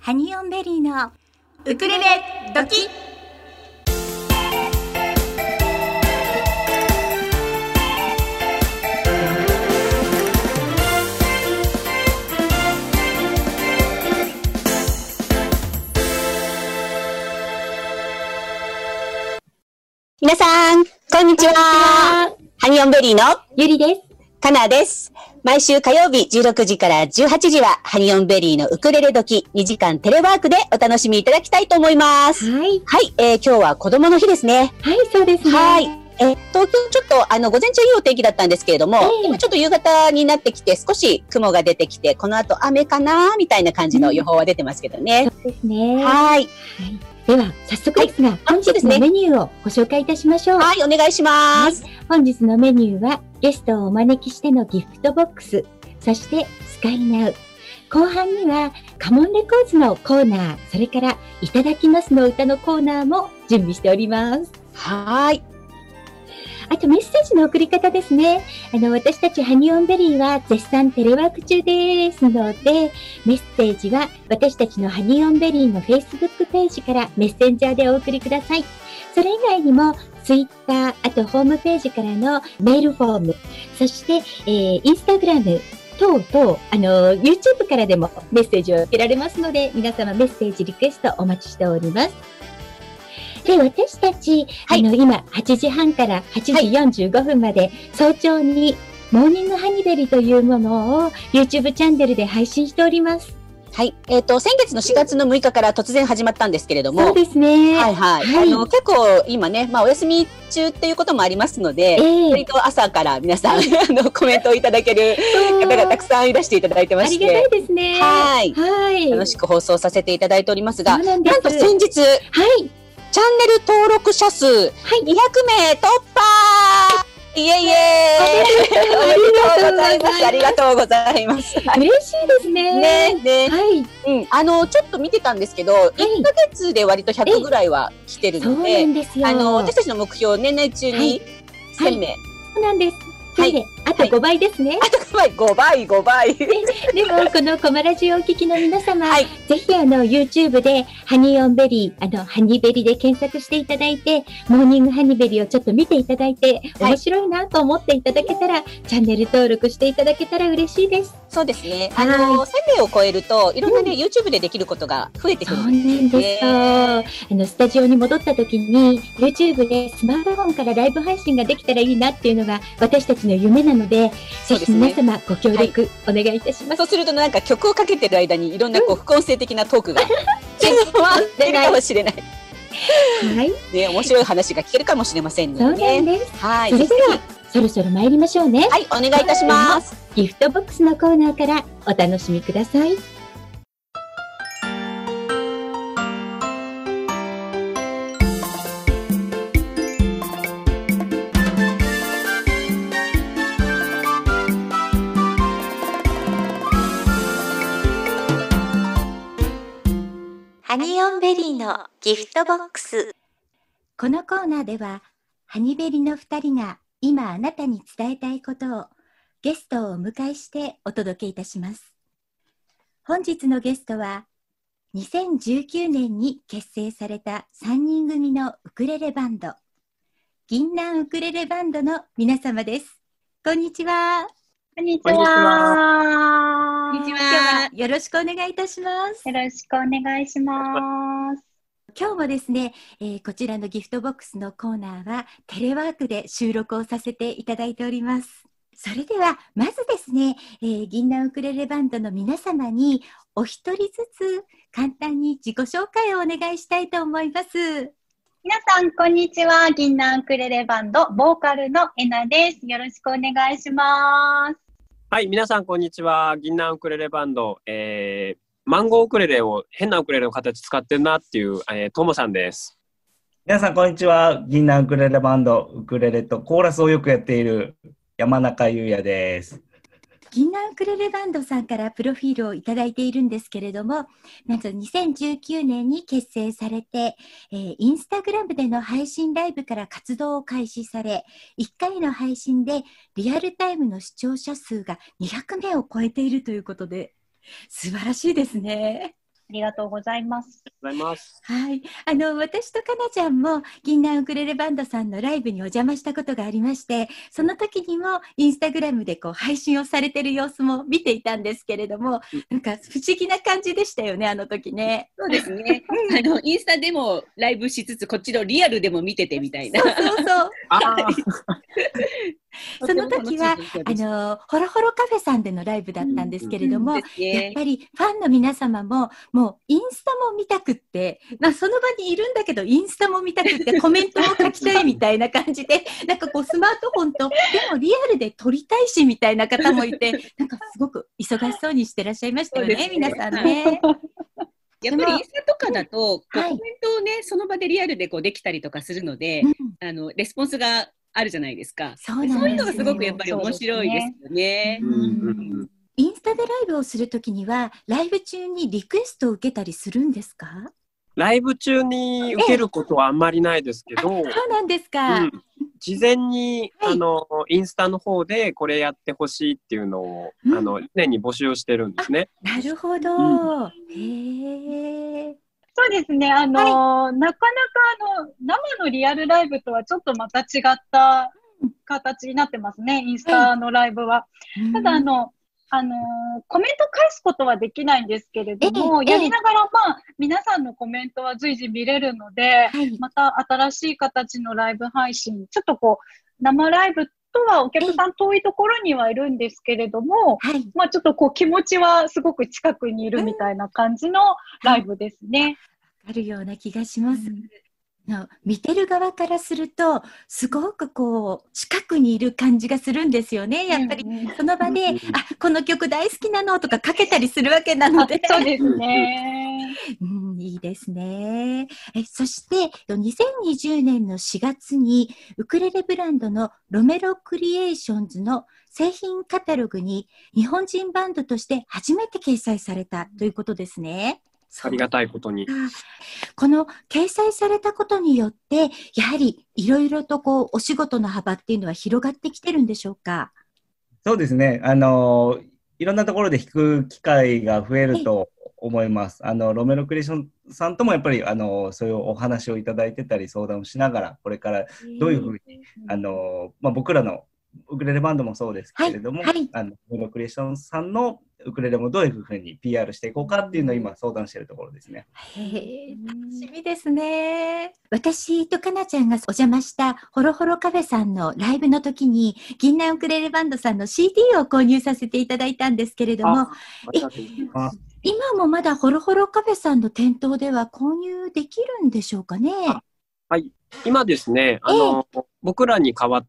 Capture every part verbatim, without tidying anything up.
ハニオンベリーのウクレレドキ。 皆さん、こんにちは。ハニオンベリーのゆりです。 かなです。毎週火曜日じゅうろくじからじゅうはちじはハニオンベリーのウクレレ時にじかんテレワークでお楽しみいただきたいと思います。 はい。 はい、えー、今日は子供の日ですね。 はい、そうですね。 はい。えー、東京ちょっとあの午前中いいお天気だったんですけれども、えー、今ちょっと夕方になってきて少し雲が出てきて、この後雨かなみたいな感じの予報は出てますけどね。 うん、そうですね。 はい。 はいでは、早速ですが、はい、本日のメニューをご紹介いたしましょう。 はい、お願いします。 はい、本日のメニューは、ゲストをお招きしてのギフトボックス、そしてスカイナウ。後半には、カモンレコーズのコーナー、それから、いただきますの歌のコーナーも準備しております。 はい。 あとメッセージの送り方ですね。あの、私たちハニオンベリーは絶賛テレワーク中ですので、メッセージは私たちのハニオンベリーの Facebook ページからメッセンジャーでお送りください。それ以外にも Twitter、あとホームページからのメールフォーム、そして、えー、Instagram、等々、あの、YouTube からでもメッセージを受けられますので、皆様メッセージリクエストお待ちしております。で、私たち、はい、あの、今、はちじはんからはちじよんじゅうごふんまで、早朝に、モーニングハニベリというものを YouTube チャンネルで配信しております。 はい。えっと、先月のしがつのむいかから突然始まったんですけれども。 そうですね。 はいはい。はい、あの、結構今ね、まあお休み中っていうこともありますので、えー、割と朝から皆さん、あの、コメントをいただける方がたくさんいらしていただいてまして。 ありがたいですね。 はい。 はい。 楽しく放送させていただいておりますが、 なんなんと先日、 はい。 チャンネル登録者数、にひゃくめい突破イエイエーイありがとうございます。 ありがとうございます。嬉しいですね。 ね、ね。 はい。 うん。あの、ちょっと見てたんですけど、はい、いっかげつで割とひゃくぐらいは来てるので、 そうなんですよ。 あの、私たちの目標、年内中にせんめい。はい、 そうなんです。はい。あとごばいですね。 あとごばい、ごばい、ごばい。 でも、このコマラジオをお聞きの皆様、はい、ぜひあの、YouTube で、ハニオンベリー、あの、ハニベリで検索していただいて、モーニングハニベリをちょっと見ていただいて、面白いなと思っていただけたら、はい、チャンネル登録していただけたら嬉しいです。 そうですね。あの、はい、せんめいを超えると、いろんなね、うん、YouTube でできることが増えてくるんですね。 そうなんですよ。あの、スタジオに戻った時に、YouTube でスマートフォンからライブ配信ができたらいいなっていうのが、私たちの夢なので、ぜひ皆様ご協力お願いいたします。はい、 そうするとなんか曲をかけてる間にいろんなこう副音声的なトークが出るかもしれない。はい。ね、面白い話が聞けるかもしれませんね。 そうなんです。はい。それではそろそろ参りましょうね。 はい、お願いいたします。 ギフトボックスのコーナーからお楽しみください。ハニオンベリーのギフトボックス。このコーナーでは、ハニベリのふたりが今あなたに伝えたいことをゲストをお迎えしてお届けいたします。本日のゲストは、にせんじゅうきゅうねんに結成されたさんにん組のウクレレバンド、銀南ウクレレバンドの皆様です。こんにちは。 こんにちは。 こんにちは。今日はよろしくお願いいたします。 よろしくお願いします。 今日もですね、えー、こちらのギフトボックスのコーナーはテレワークで収録をさせていただいております。それではまずですね、えー、銀南ウクレレバンドの皆様にお一人ずつ簡単に自己紹介をお願いしたいと思います。 皆さんこんにちは。銀南ウクレレバンドボーカルのえなです。よろしくお願いします。 はい、皆さんこんにちは。銀南ウクレレバンド、えー、マンゴーウクレレを変なウクレレの形使ってるなっていう、えー、トモさんです。 皆さんこんにちは。銀南ウクレレバンドウクレレとコーラスをよくやっている山中優也です。 銀南ウクレレバンドさんからプロフィールをいただいているんですけれども、なんとにせんじゅうきゅうねんに結成されて、えー、インスタグラムでの配信ライブから活動を開始され、いっかいの配信でリアルタイムの視聴者数がにひゃくめいを超えているということで、素晴らしいですね。 ありがとうございます。 ありがとうございます。 はい。あの、私とかなちゃんも、銀杏ウクレレバンドさんのライブにお邪魔したことがありまして、その時にも、インスタグラムでこう、配信をされてる様子も見ていたんですけれども、なんか不思議な感じでしたよね、あの時ね。 そうですね。あの、インスタでもライブしつつ、こっちのリアルでも見ててみたいな。 そうそうそう。 あその時は、あの、ホロホロカフェさんでのライブだったんですけれども、 うんうんね、 やっぱりファンの皆様も、もうインスタも見たくって、まあ、その場にいるんだけど、インスタも見たくって、コメントも書きたいみたいな感じで、なんかこう、スマートフォンと、でもリアルで撮りたいし、みたいな方もいて、なんかすごく忙しそうにしてらっしゃいましたよね、ね皆さんね。 やっぱりインスタとかだと、こうはい、 コメントをね、その場でリアルでこうできたりとかするので、うん、あのレスポンスがあるじゃないですか。そうなんですよ。そういうのがすごくやっぱり面白いですよね。 うんうん、インスタでライブをするときには、ライブ中にリクエストを受けたりするんですか？ ライブ中に受けることはあんまりないですけど、 そうなんですか。うん、 事前に、はい、あのインスタの方でこれやってほしいっていうのを、うん、あの常に募集をしてるんですね。 なるほど。うん、へえ。 そうですね。あの、はい、なかなかあの生のリアルライブとはちょっとまた違った形になってますね。インスタのライブは。はい、ただあの。あのー、コメント返すことはできないんですけれども、やりながら、まあ、皆さんのコメントは随時見れるので、はい、また新しい形のライブ配信、ちょっとこう、生ライブとはお客さん遠いところにはいるんですけれども、はい、まあ、ちょっとこう、気持ちはすごく近くにいるみたいな感じのライブですね。 あるような気がします。うんの見てる側からするとすごくこう近くにいる感じがするんですよね。やっぱりその場で、うん、あこの曲大好きなのとかかけたりするわけなのでそうですね、 うん、いいですね。えそしてにせんにじゅうねんのしがつにウクレレブランドのロメロクリエーションズの製品カタログに日本人バンドとして初めて掲載されたということですね。 ありがたいことに。 この掲載されたことによって、やはりいろいろとこうお仕事の幅っていうのは広がってきてるんでしょうか？ そうですね。あの、いろんなところで弾く機会が増えると思います。あの、ロメロクリエーションさんともやっぱり、あの、そういうお話をいただいてたり、相談をしながら、これからどういうふうに、あの、まあ、僕らのウクレレバンドもそうですけれども、はいはい、あのロメロクリエーションさんのウクレレもどういうふうに ピーアール していこうかっていうのを今相談しているところですね。 へー、楽しみですね。私とかなちゃんがお邪魔したホロホロカフェさんのライブの時に銀杏ウクレレバンドさんの シーディー を購入させていただいたんですけれども、え今もまだホロホロカフェさんの店頭では購入できるんでしょうかね？ はい、今ですね、あの、えー、僕らに代わって、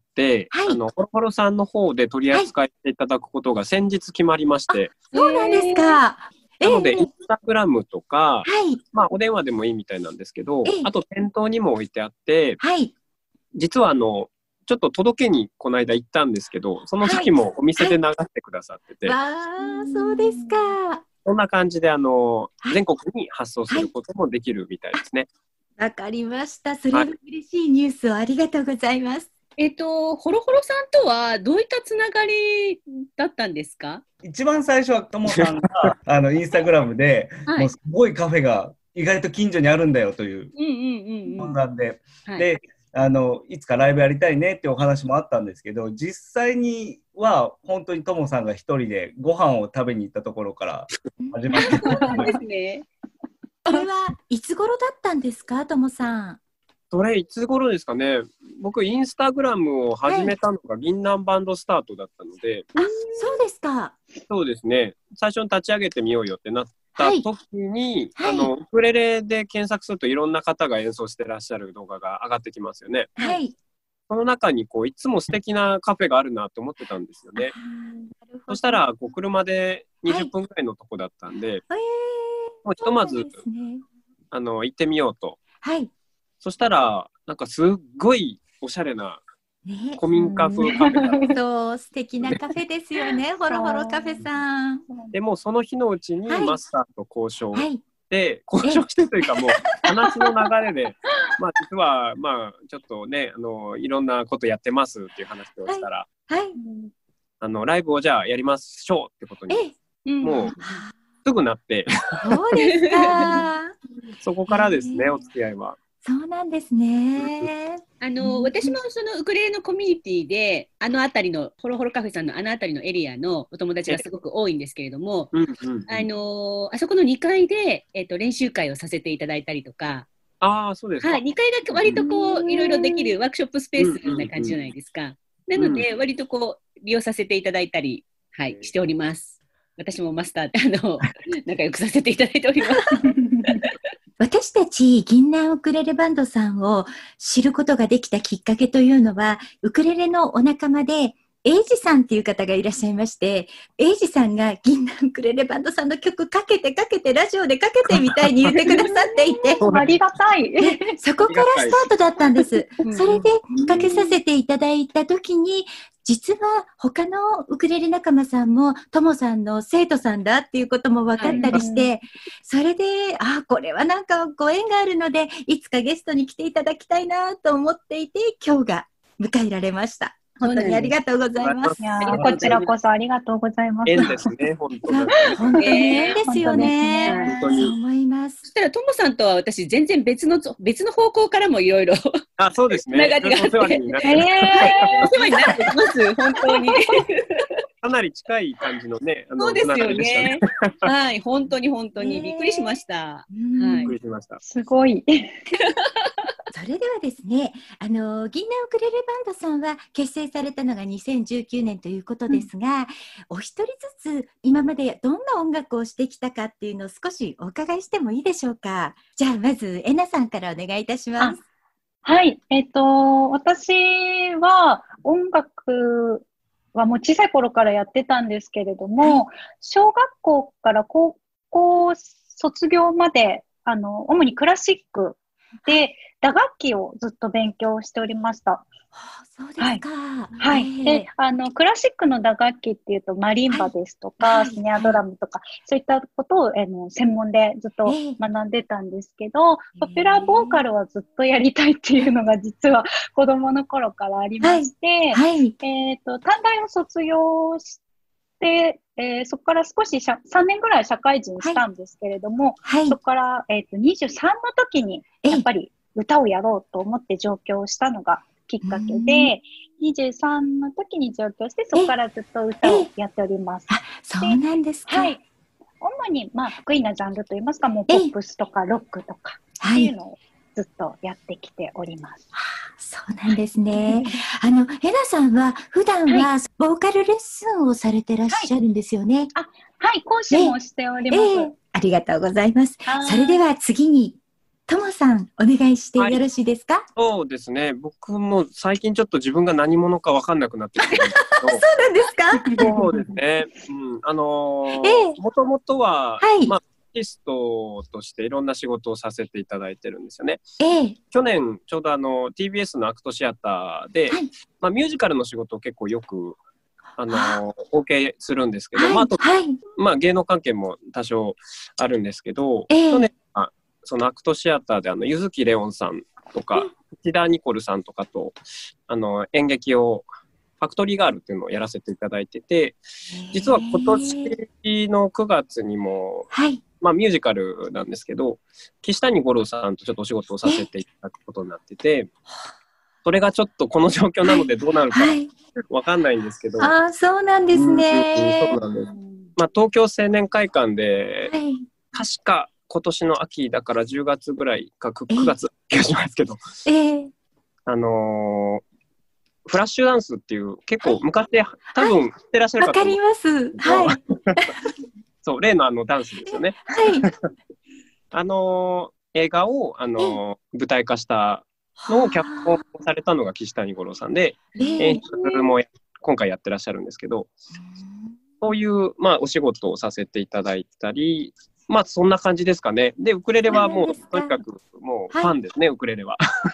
はい、あのホロホロさんの方で取り扱っていただくことが先日決まりまして、 そうなんですか。 なので、インスタグラムとか、はい、まあ、お電話でもいいみたいなんですけど、あと店頭にも置いてあって、はい、実はあのちょっと届けにこの間行ったんですけど、その時もお店で流してくださってて、 はいはい、わー、そうですか。 そんな感じであの全国に発送することもできるみたいですね。 わかりました。それは嬉しいニュースをありがとうございます。 えっと、ホロホロさんとはどういったつながりだったんですか？ 一番最初はともさんがあのインスタグラムで、はい、もうすごいカフェが意外と近所にあるんだよという相談で、で、あのいつかライブやりたいねってお話もあったんですけど、実際には本当にともさんが一人でご飯を食べに行ったところから始まってそうですね。 これはいつ頃だったんですか、ともさん？ それいつ頃ですかね。僕インスタグラムを始めたのが銀杏バンドスタートだったので、 あ、そうですか。 そうですね。最初に立ち上げてみようよってなった時に、はい、あのウクレレで検索するといろんな方が演奏してらっしゃる動画が上がってきますよね。はい。その中にこういつも素敵なカフェがあるなと思ってたんですよね。そしたらこう車でにじゅっぷんくらいのとこだったんで、はい、もうひとまず、ね、あの行ってみようと。はい。そしたらなんかすっごいおしゃれな古民家風カフェ、 ね、そう素敵なカフェですよね。ホロホロカフェさん。 でもその日のうちにマスターと交渉で、はい、交渉してというかもう話の流れでまあ実はまあちょっとねあのいろんなことやってますっていう話をしたら、はいはい、あのライブをじゃあやりましょうってことに、もうすぐなって。 そうですか。 そこからですね、お付き合いは。 そうなんですね。 あの、私もそのウクレレのコミュニティで、あのあたりの、ホロホロカフェさんのあのあたりのエリアのお友達がすごく多いんですけれども、 うんうんうん、 あの、あそこのにかいで、えっと、練習会をさせていただいたりとか、 ああ、そうですか。 はい、にかいが割とこう、いろいろできるワークショップスペースな感じじゃないですか。なので、割とこう、利用させていただいたり、はい、しております。私もマスター、あの、仲良くさせていただいております。 私たち銀杏ウクレレバンドさんを知ることができたきっかけというのは、ウクレレのお仲間で、エイジさんっていう方がいらっしゃいまして、エイジさんが銀杏ウクレレバンドさんの曲かけてかけて、ラジオでかけてみたいに言ってくださっていて、 ありがたい。 そこからスタートだったんです。それでかけさせていただいたときに、実は他のウクレレ仲間さんもともさんの生徒さんだっていうことも分かったりして、はい、それで、あ、これはなんかご縁があるので、いつかゲストに来ていただきたいなと思っていて、今日が迎えられました。本当にありがとうございます。 いやこちらこそありがとうございます。 縁ですね、本当に。 本当に縁ですよね。本当に。そう思います。 そしたら、ともさんとは私、全然別の、別の方向からもいろいろ。 あ、そうですね。 流れがあって。お世話になってます、本当に。 かなり近い感じのね、 あのそうですよね。はい、本当に本当にびっくりしました。はい、 びっくりしました。 すごい。 それではですね、あの銀杏ウクレレバンドさんは結成されたのがにせんじゅうきゅうねんということですが、うん、お一人ずつ今までどんな音楽をしてきたかっていうのを少しお伺いしてもいいでしょうか。じゃあまずえなさんからお願いいたします。 はい、えっと私は音楽はもう小さい頃からやってたんですけれども、はい、小学校から高校卒業まであの主にクラシックで打楽器をずっと勉強しておりました。 はあ、そうですか。はい。 はい、で、あのクラシックの打楽器っていうとマリンバですとか、はい、スネアドラムとか、はい、そういったことを、えー、の専門でずっと学んでたんですけど、えー、ポピュラーボーカルはずっとやりたいっていうのが実は子供の頃からありまして、はいはい、えっと短大を卒業して、えー、そこから少しさんねんぐらい社会人したんですけれども、はいはい、そこから、えーと、にじゅうさんの時にやっぱり歌をやろうと思って上京したのがきっかけで、にじゅうさんの時に上京して、そこからずっと歌をやっております。 あ、そうなんですか。 はい。主に、まあ、得意なジャンルといいますか、もうポップスとかロックとかっていうのをずっとやってきております。 はい、そうなんですね。あの、えなさんは普段はボーカルレッスンをされてらっしゃるんですよね。はい、 あ、はい、講師もしております。えー、 ありがとうございます。それでは次に、ともさん、お願いしてよろしいですか？はい、 そうですね。僕も最近ちょっと自分が何者か分かんなくなってきてるんですけど。 そうなんですか？ そうですね。うん、あのー、もともとは、はい、まあ、アーティストとしていろんな仕事をさせていただいてるんですよね。ええ、去年、ちょうどあの、ティービーエス のアクトシアターで、はい、まあ、ミュージカルの仕事を結構よく、あのー、お受けするんですけど、はい、まあ、あと、はい、まあ、芸能関係も多少あるんですけど、ええ、去年は、そのアクトシアターであの柚木レオンさんとか内田ニコルさんとかとあの演劇をファクトリーガールっていうのをやらせていただいてて、実は今年のくがつにも、はい、まあミュージカルなんですけど岸谷五郎さんとちょっとお仕事をさせていただくことになってて、それがちょっとこの状況なのでどうなるかわかんないんですけど、 はいはい、あ、そうなんですね。 うん、そうなんです。まあ東京青年会館で、はい、確か今年の秋だからじゅうがつぐらいかくがつ気がしますけど、えー、あのー、フラッシュダンスっていう結構昔で、はい、多分知ってらっしゃる方も、 はい、わかります。はい。 そう例のあのダンスですよね。はい。あのー、映画をあのー、舞台化したのを脚本されたのが岸谷五郎さんで、えー、演出も今回やってらっしゃるんですけど、そういうまあお仕事をさせていただいたり。まあそんな感じですかね。でウクレレはもうとにかくもうファンですね、はい、ウクレレは。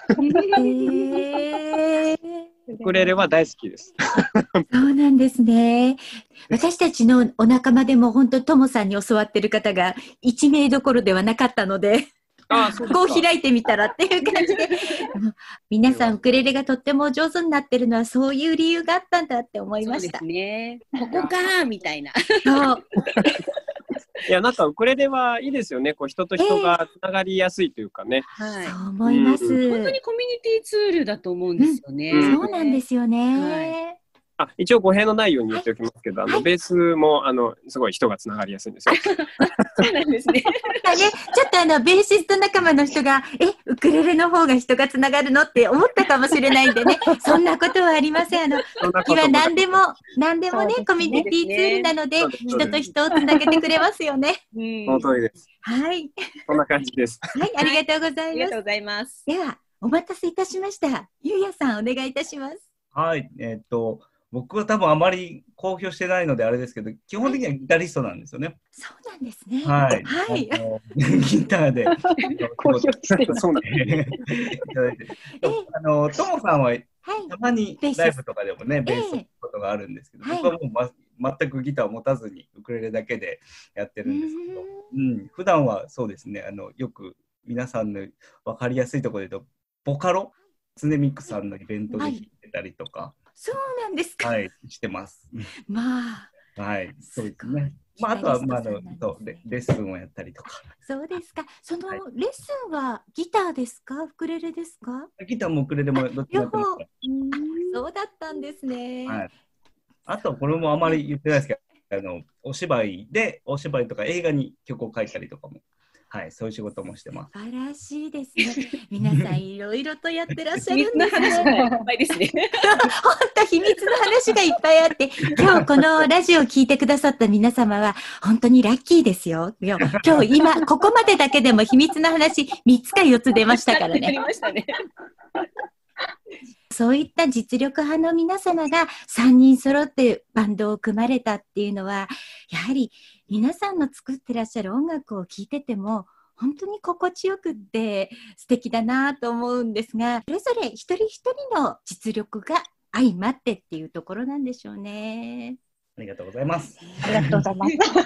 えー、ウクレレは大好きです。 そうなんですね。私たちのお仲間でも本当ともさんに教わってる方がいち名どころではなかったので。ああ、そうですか。こう開いてみたらっていう感じで皆さんウクレレがとっても上手になってるのはそういう理由があったんだって思いました。 そうですね。ここかーみたいな。 そういや、なんかウクレレはいいですよね。こう人と人がつながりやすいというかね。 えー、はい、そう思います、うん。 本当にコミュニティツールだと思うんですよね。 うん、そうなんですよね。はい、 あ、一応語弊のないように言っておきますけど、はい、あのベースもあのすごい人がつながりやすいんですよ。 そうなんですね。 ね、ちょっとあのベーシスト仲間の人がえウクレレの方が人がつながるのって思ったかもしれないんでね、そんなことはありません。あの時は何でも何でもね、コミュニティツールなので人と人をつなげてくれますよね。 その通りです。 はい。 そんな感じです。 はい、ありがとうございます。ありがとうございます。 ではお待たせいたしました。ゆうやさんお願いいたします。 はい、えー、っと。僕は多分あまり公表してないのであれですけど、基本的にはギタリストなんですよね。 そうなんですね。 はい。 はい。 ギターで公表してる。 そうなんです。いただいて。あのトモさんはたまにライブとかでもね、ベースを弾くことがあるんですけど、僕はもう、ま、全くギターを持たずにウクレレだけでやってるんですけど、うん、普段はそうですね。あのよく皆さんの分かりやすいところで言うと、ボカロ、ツネミックさんのイベントで弾いてたりとか。 そうなんですか。 はい、してます。 まあ、 はい、そうですね。まあ、あとは、まあ、あの、そうレ、レッスンをやったりとか。 そうですか。その、はい、レッスンはギターですか、ウクレレですか？ ギターもウクレレもどっちもやってますか。 そうだったんですね。 はい。あと、これもあまり言ってないですけど、あの、お芝居で、お芝居とか映画に曲を書いたりとかも。はい、そういう仕事もしてます。 素晴らしいですね。皆さんいろいろとやってらっしゃるんですね。 いっぱいですね。 本当秘密の話がいっぱいあって、今日このラジオを聞いてくださった皆様は本当にラッキーですよ。今日今ここまでだけでも秘密の話みっつかよっつ出ましたからね。そういった実力派の皆様がさんにん揃ってバンドを組まれたっていうのは、やはり皆さんの作ってらっしゃる音楽を聴いてても本当に心地よくって素敵だなと思うんですが、それぞれ一人一人の実力が相まってっていうところなんでしょうね。 ありがとうございます。 ありがとうございます。 は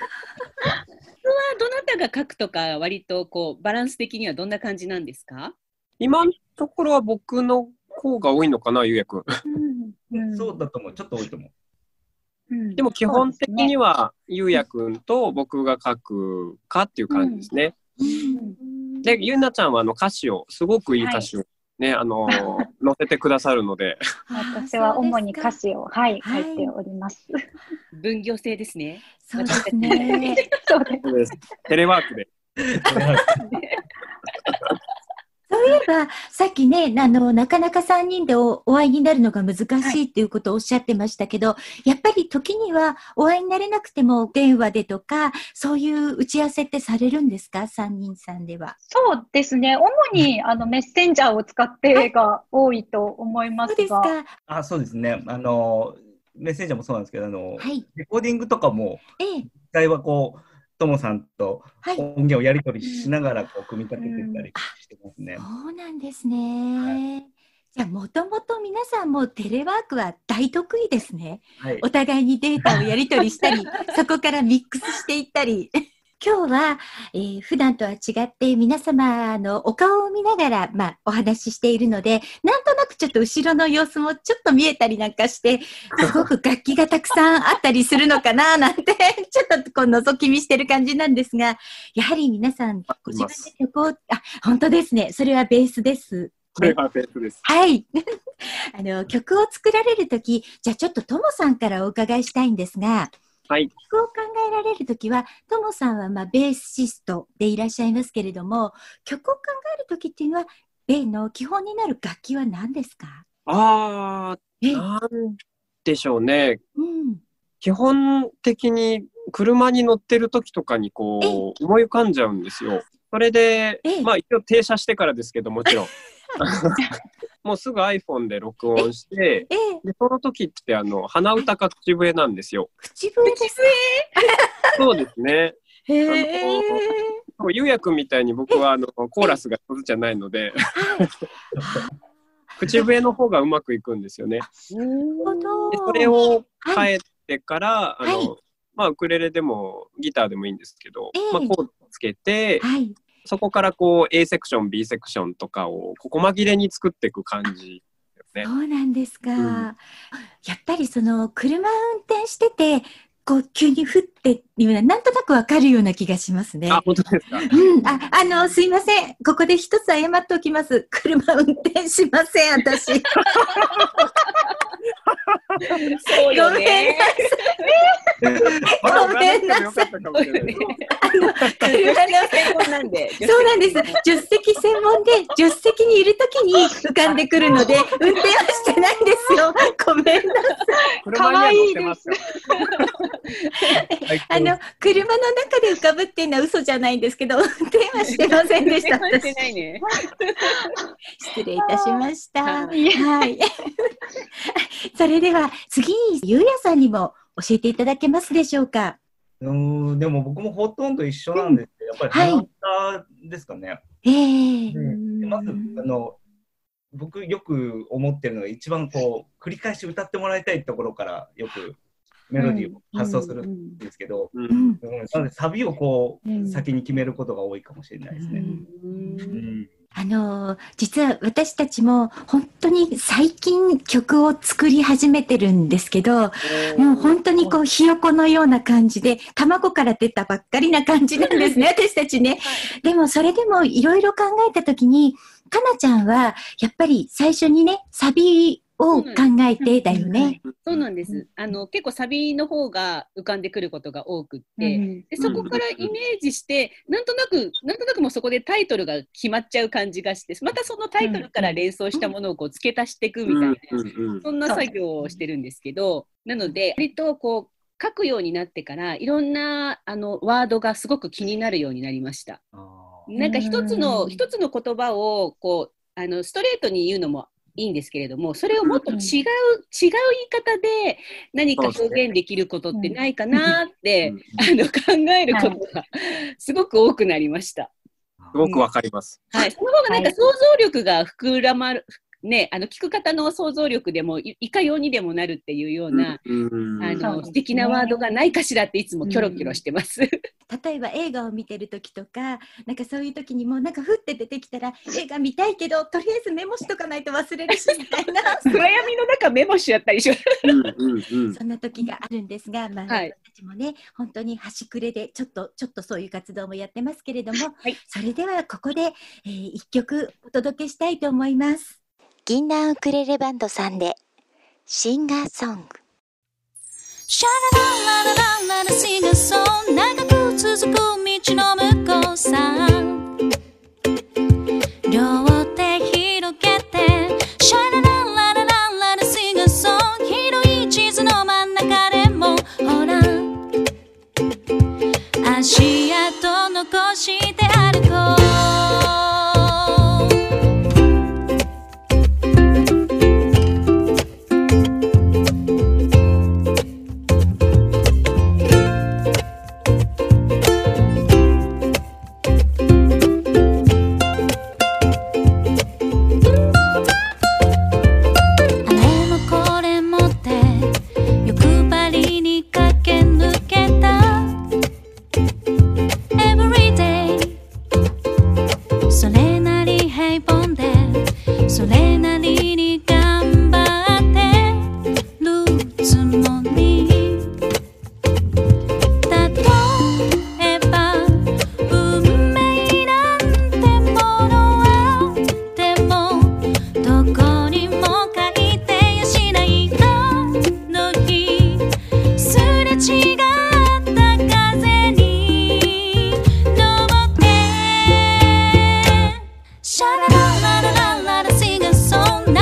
どなたが書くとか、割とこうバランス的にはどんな感じなんですか？ 今のところは僕の方が多いのかな、ゆうやくん。 うん、そうだと思う。ちょっと多いと思う。 うん、でも基本的には、ね、ゆうやくんと僕が書くかっていう感じですね。うんうん、で、ゆうなちゃんはあの歌詞を、すごくいい歌詞をね、はい、あの載せてくださるので。 私は主に歌詞を、はい、書いております。 分業制ですね。 そうですね。 そうです。テレワークで。 そういえば、さっきね、あの、なかなかさんにんで お, お会いになるのが難しいっていうことをおっしゃってましたけど、はい、やっぱり時にはお会いになれなくても電話でとか、そういう打ち合わせってされるんですか？ さん 人さんでは。 そうですね。主にあのメッセンジャーを使ってが多いと思いますが。 そうですか。 あ、そうですね。あの、メッセンジャーもそうなんですけど、あの、はい、レコーディングとかも、ええ、実際はこう、ともさんと音源をやり取りしながらこう組み立ててたりしてますね。 うんうん、そうなんですね。はい、じゃあもともと皆さんもテレワークは大得意ですね。はい、お互いにデータをやり取りしたり、そこからミックスしていったり。今日は、えー、普段とは違って皆様のお顔を見ながら、まあ、お話ししているので、なんとなくちょっと後ろの様子もちょっと見えたりなんかして、すごく楽器がたくさんあったりするのかななんて、ちょっとこう覗き見してる感じなんですが、やはり皆さん、ご自分で曲を、あ、本当ですね。それはベースです。 これはベースです。 はい。あの、曲を作られるとき、じゃあちょっとともさんからお伺いしたいんですが、 はい、 曲を考えられるときは、ともさんはまあベーシストでいらっしゃいますけれども、曲を考えるときっていうのは、ベーの基本になる楽器は何ですか？ あー、なんでしょうね。うん、基本的に車に乗ってるときとかにこう思い浮かんじゃうんですよ。それで、まあ一応停車してからですけど、もちろん。もうすぐ iPhone で録音して、ええ、でその時ってあの鼻歌か口笛なんですよ。 口笛です。 そうですね。へー。ゆうやくんみたいに僕はあのコーラスが上手じゃないので、口笛の方がうまくいくんですよね。でそれを変えてから、はい、あのまあウクレレでもギターでもいいんですけど、えー、まあコードをつけて。はい、そこからこう A セクション B セクションとかをここ紛れに作っていく感じですね。 そうなんですか、うん、やっぱりその車運転しててこう急に降ってっていうのはなんとなくわかるような気がしますね。 あ、本当ですか。 うん、あ、あの、すいません。ここで一つ謝っておきます。車運転しません、私。 そうよね。 ごめんなさい。ごめんなさい。あの、車の専門なんで。そうなんです。助手席専門で、助手席にいるときに浮かんでくるので、運転はしてないんですよ。ごめんなさい。 かわいいです。 あの、車の中で浮かぶっていうのは嘘じゃないんですけど、運転はしてませんでした。 してないね。 失礼いたしました。はい。それでは次にゆうやさんにも教えていただけますでしょうか。 うん、でも僕もほとんど一緒なんですけど、うん、やっぱり鼻歌ですかね。 えーうん、まずあの僕よく思ってるのが一番こう繰り返し歌ってもらいたいところからよくメロディーを発想するんですけど、うんうん、なのでサビをこう、うん、先に決めることが多いかもしれないですね。うんうんあのー、実は私たちも本当に最近曲を作り始めてるんですけど、もう本当にこうひよこのような感じで卵から出たばっかりな感じなんですね、私たちね。はい、でもそれでもいろいろ考えたときに、かなちゃんはやっぱり最初にね、サビを考えてだよね。 そうなんです。あの結構サビの方が浮かんでくることが多くって、うん、でそこからイメージして、なんとなくなんとなくもうそこでタイトルが決まっちゃう感じがして、またそのタイトルから連想したものをこう付け足していくみたいな、そんな作業をしてるんですけど、なので割とこう書くようになってからいろんなあのワードがすごく気になるようになりました。なんか一つの一つの言葉をこうあのストレートに言うのもいいんですけれども、それをもっと違う、うん、違う言い方で何か表現できることってないかなって、うん、あの考えることがすごく多くなりました。 すごくわかります。 はい、その方がなんか想像力が膨らまる、ね、あの聞く方の想像力でもいかようにでもなるっていうような、うん、あの素敵なワードがないかしらっていつもキョロキョロしてます。うん、 例えば映画を見てる時とか、なんかそういう時にもなんかふって出てきたら映画見たいけどとりあえずメモしとかないと忘れるしみたいな暗闇の中メモしやったりします。 そんな時があるんですが、まあ、はい、私たちもね本当に端くれでちょっとちょっとそういう活動もやってますけれども、はい、それではここで、えー、一曲お届けしたいと思います。銀杏ウクレレバンドさんでシンガーソング。シャララララララシンガーソング、長く続く道の向こうさ、両手広げてシャララララララシンガーソング、広い地図の真ん中でもほら足跡残して歩こう。Sing a song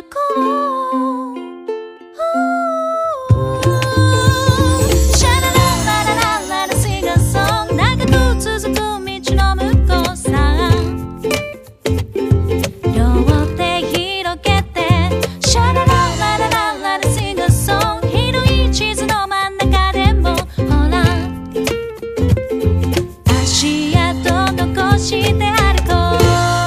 こうシャラララララララシガソン長く続く道の向こうさ両手広げてシャラララララララシガソン広い地図の真ん中でもほら足跡残して歩こう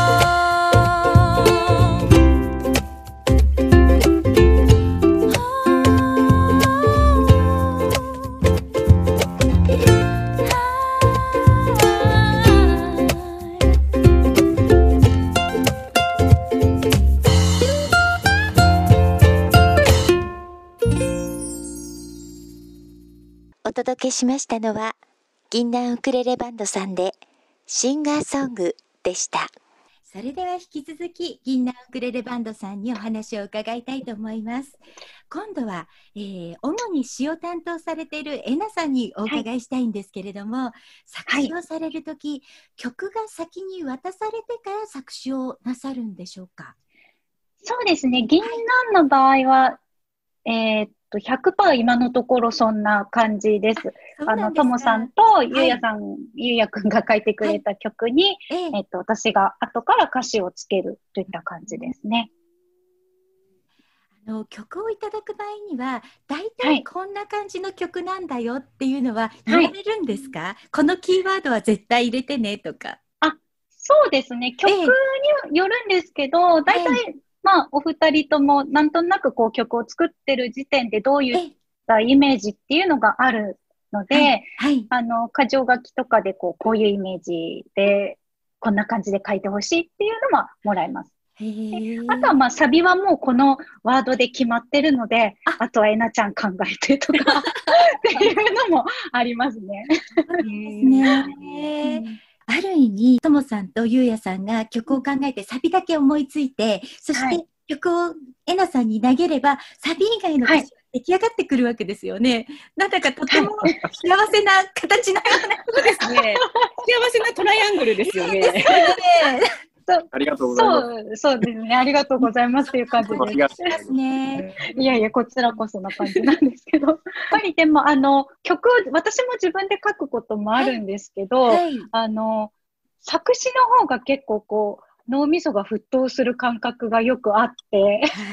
お届けしましたのは銀杏ウクレレバンドさんでシンガーソングでした。 それでは引き続き銀杏ウクレレバンドさんにお話を伺いたいと思います。今度は、えー、主に詩を担当されているえなさんにお伺いしたいんですけれども、はい、作詞をされるとき、はい、曲が先に渡されてから作詞をなさるんでしょうか？ そうですね。銀杏の場合は、えー、っと ひゃくパーセント 今のところそんな感じです。あのともさんとゆうやさん、はい、ゆうやくんが書いてくれた曲に、はい、えー、っと私が後から歌詞をつけるといった感じですね。 あの曲をいただく場合にはだいたいこんな感じの曲なんだよっていうのは言われるんですか？はい、このキーワードは絶対入れてねとか。 あ、そうですね。曲によるんですけど、だいたいまあ、お二人ともなんとなくこう曲を作ってる時点でどういったイメージっていうのがあるので、はいはい、あの、箇条書きとかでこう、こういうイメージで、こんな感じで書いてほしいっていうのはもらえます。へー。あとはまあ、サビはもうこのワードで決まってるので、あ, あとはえなちゃん考えてとかっていうのもありますね。 そうですね。ある意味、ともさんとゆうやさんが曲を考えてサビだけ思いついて、そして曲をえなさんに投げれば、サビ以外の歌詞が出来上がってくるわけですよね。はい、なんだかとても幸せな形のようなそうですね。幸せなトライアングルですよね。 ありがとうございます。 そう、そうですね。ありがとうございますっていう感じですね。いやいや、こちらこそな感じなんですけど。やっぱりでも、あの、曲を、私も自分で書くこともあるんですけど、はいはい、あの、作詞の方が結構こう、脳みそが沸騰する感覚がよくあって、はい、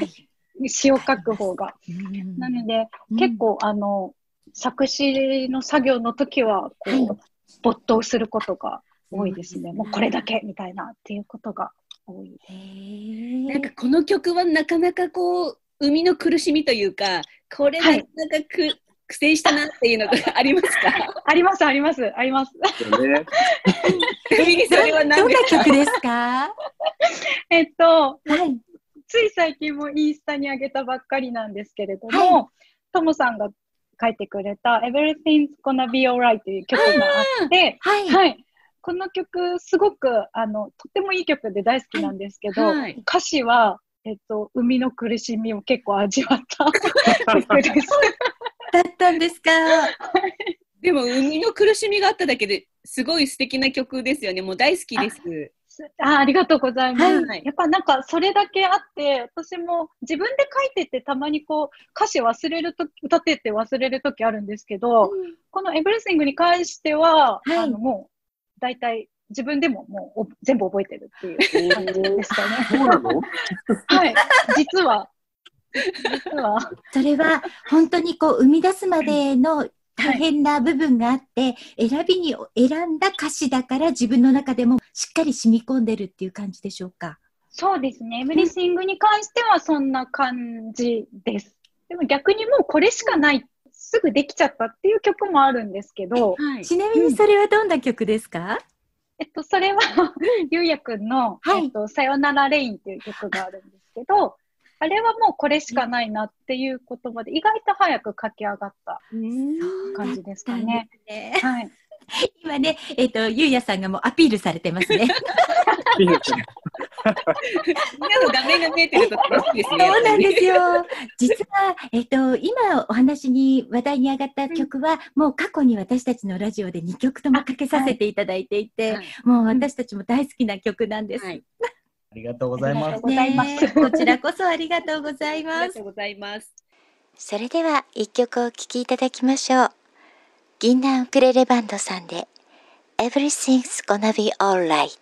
詩を書く方が。なので、うん、結構、あの、作詞の作業の時は、こう、はい、没頭することが多いですね。もうこれだけみたいなっていうことが多い。 へなんかこの曲はなかなかこう生みの苦しみというか、これなかなかく、はい、苦戦したなっていうのがありますか？ ありますありますあります。 ね、それは何ですか？ どんな曲ですか？ えっと、はい、つい最近もインスタに上げたばっかりなんですけれども、はい、ともさんが書いてくれた Everything's Gonna Be Alright という曲があって、はい、はいこの曲、すごく、あの、とってもいい曲で大好きなんですけど、はい、歌詞は、えっと、生みの苦しみを結構味わった曲です。 だったんですか。 でも、生みの苦しみがあっただけですごい素敵な曲ですよね。もう大好きです。 あ, あ, ありがとうございます、はい。やっぱなんか、それだけあって、私も自分で書いてて、たまにこう、歌詞忘れるとき、歌ってて忘れるときあるんですけど、うん、この Everything に関しては、はい、あの、もう、大体自分でももう全部覚えてるっていう感じですかね。 そうなの？ はい。実は。実は。 それは本当にこう生み出すまでの大変な部分があって、はい、選びに選んだ歌詞だから自分の中でもしっかり染み込んでるっていう感じでしょうか？ そうですね。エブリシングに関してはそんな感じです。でも逆にもうこれしかない。すぐできちゃったっていう曲もあるんですけど、 はい、ちなみにそれはどんな曲ですか？うん、 えっと、それはゆうやくんの、はい、えっと、さよならレインっていう曲があるんですけど、あれはもうこれしかないなっていう言葉で意外と早く書き上がった感じですかね。ねはい、 今ね、えっと、ゆうやさんがもうアピールされてますね。 みんなの画面が見えてると楽しいですね。 そうなんですよ。実は、えっと、今お話に話題に上がった曲は、うん、もう過去に私たちのラジオでにきょくともかけさせていただいていて、はい、もう私たちも大好きな曲なんです。はい、 りがとうございます。 ね、こちらこそありがとうございます。 ありがとうございます。 それでは一曲お聴きいただきましょう。銀杏ウクレレバンドさんで Everything's Gonna Be Alright。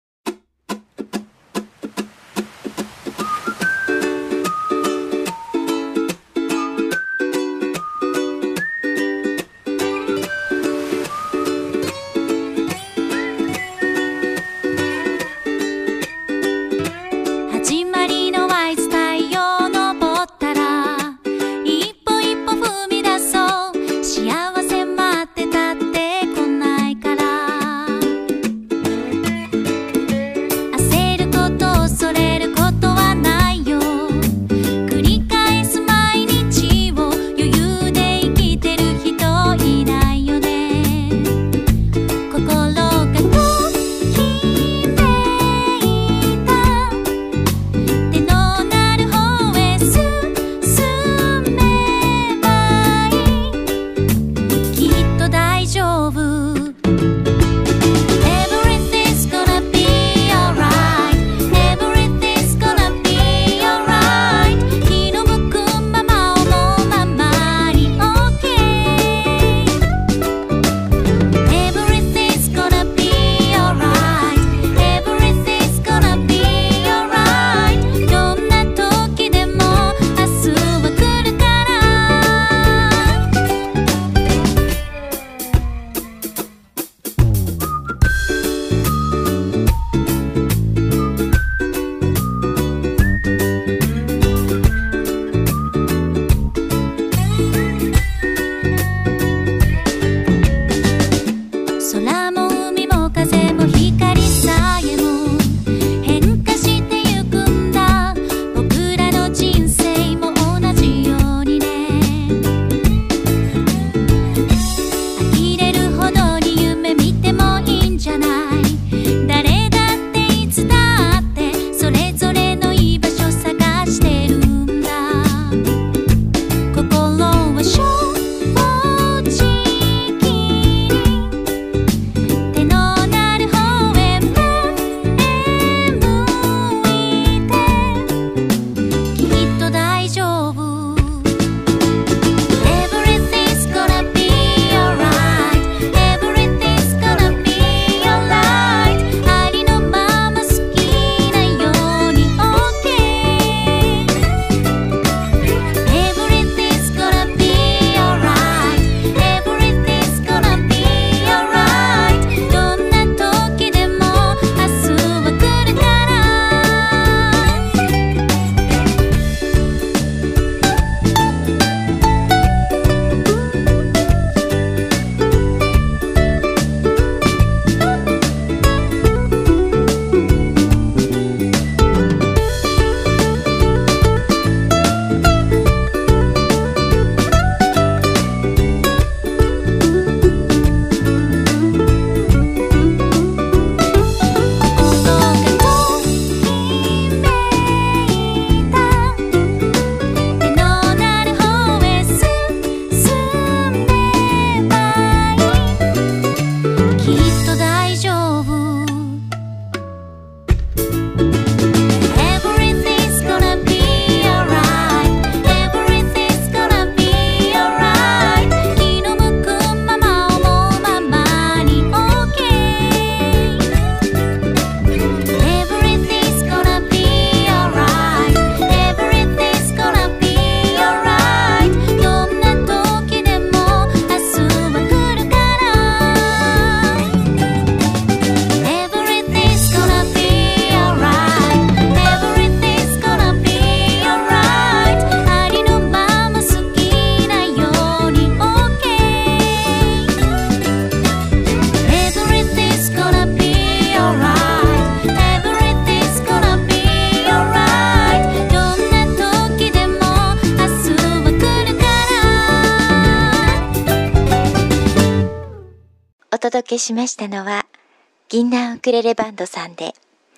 届けしましたのは銀杏ウクレレバンドさんで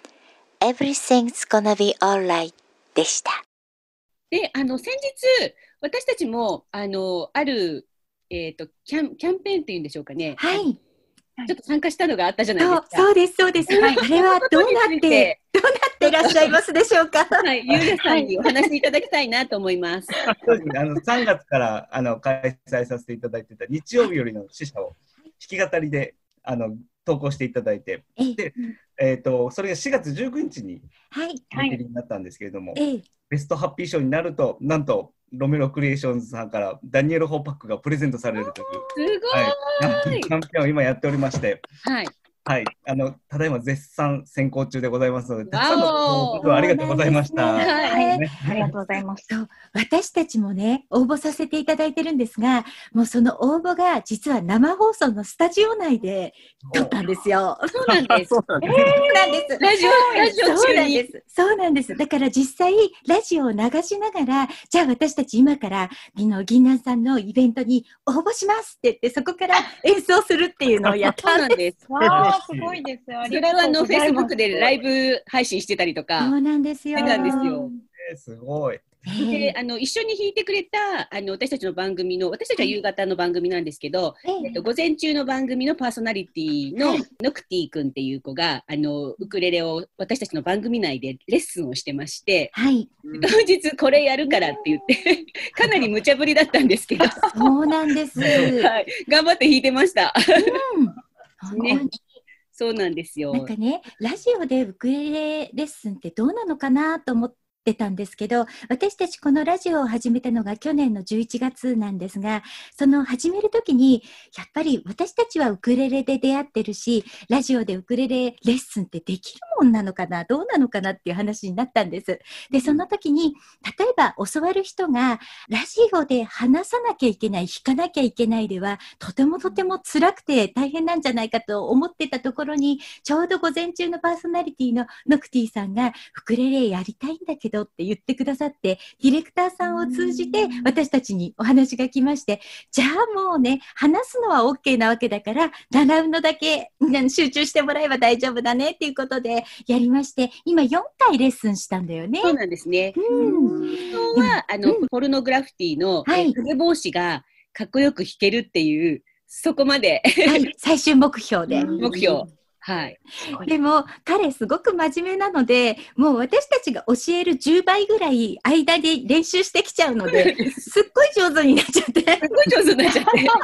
Everything's Gonna Be Alright でした。 で、あの先日私たちもあのある、えーと、キャン、キャンペーンっていうんでしょうかね、 はい、 ちょっと参加したのがあったじゃないですか。 そうです、そうです。あれはどうなって、どうなっていらっしゃいますでしょうか。 はい、ゆうやさんにお話しいただきたいなと思います。 そうですね、あのさんがつからあの開催させていただいてた日曜日よりの使者を弾き語りであの投稿していただいて、で、えーと、それがしがつじゅうくにちに締め切りになったんですけれども、はい、ベストハッピー賞になると、なんとロメロクリエーションズさんからダニエル・ホーパックがプレゼントされるという、 すごい、 はい、キャンペーンを今やっておりまして、 はいはい、あのただいま絶賛選考中でございますので、たくさんのご応募ありがとうございました。 はい、ね、ありがとうございます。 私たちもね、応募させていただいてるんですが、もうその応募が実は生放送のスタジオ内で撮ったんですよ。 そうなんです。 そうなんです。 ラジオ、ラジオ中に。そうなんです。だから実際ラジオを流しながら、じゃあ私たち今から銀杏さんのイベントに応募しますって言って、そこから演奏するっていうのをやったんです。 すごいですよ。ありがとうございます。それはあのフェイスブックでライブ配信してたりとか。 そうなんですよ。 してたんですよ。 えー、すごい。 で、あの一緒に弾いてくれたあの私たちの番組の、私たちは夕方の番組なんですけど、えっと、午前中の番組のパーソナリティのノクティ君っていう子があのウクレレを私たちの番組内でレッスンをしてまして、 はい、 当日これやるからって言ってかなり無茶ぶりだったんですけど、 そうなんです、 はい、頑張って弾いてました。 うんね、 そうなんですよ。 なんかね、ラジオでウクレレレッスンってどうなのかなと思って出たんですけど、私たちこのラジオを始めたのが去年のじゅういちがつなんですが、その始めるときにやっぱり私たちはウクレレで出会ってるし、ラジオでウクレレレッスンってできるもんなのかな、どうなのかなっていう話になったんです。で、その時に例えば教わる人がラジオで話さなきゃいけない、弾かなきゃいけないではとてもとても辛くて大変なんじゃないかと思ってたところに、ちょうど午前中のパーソナリティのノクティさんがウクレレやりたいんだけどって言ってくださって、ディレクターさんを通じて私たちにお話が来まして、じゃあもうね、話すのは OK なわけだから習うのだけ集中してもらえば大丈夫だねっていうことでやりまして、今よんかいレッスンしたんだよね。 そうなんですね。うん、今日はあの、うん、ポルノグラフィティの、はい、影帽子がかっこよく弾けるっていうそこまで、 はい、最終目標で目標。はい、 でも彼すごく真面目なので、もう私たちが教えるじゅうばいぐらい間で練習してきちゃうのですっごい上手になっちゃってすっごい上手になっちゃっていい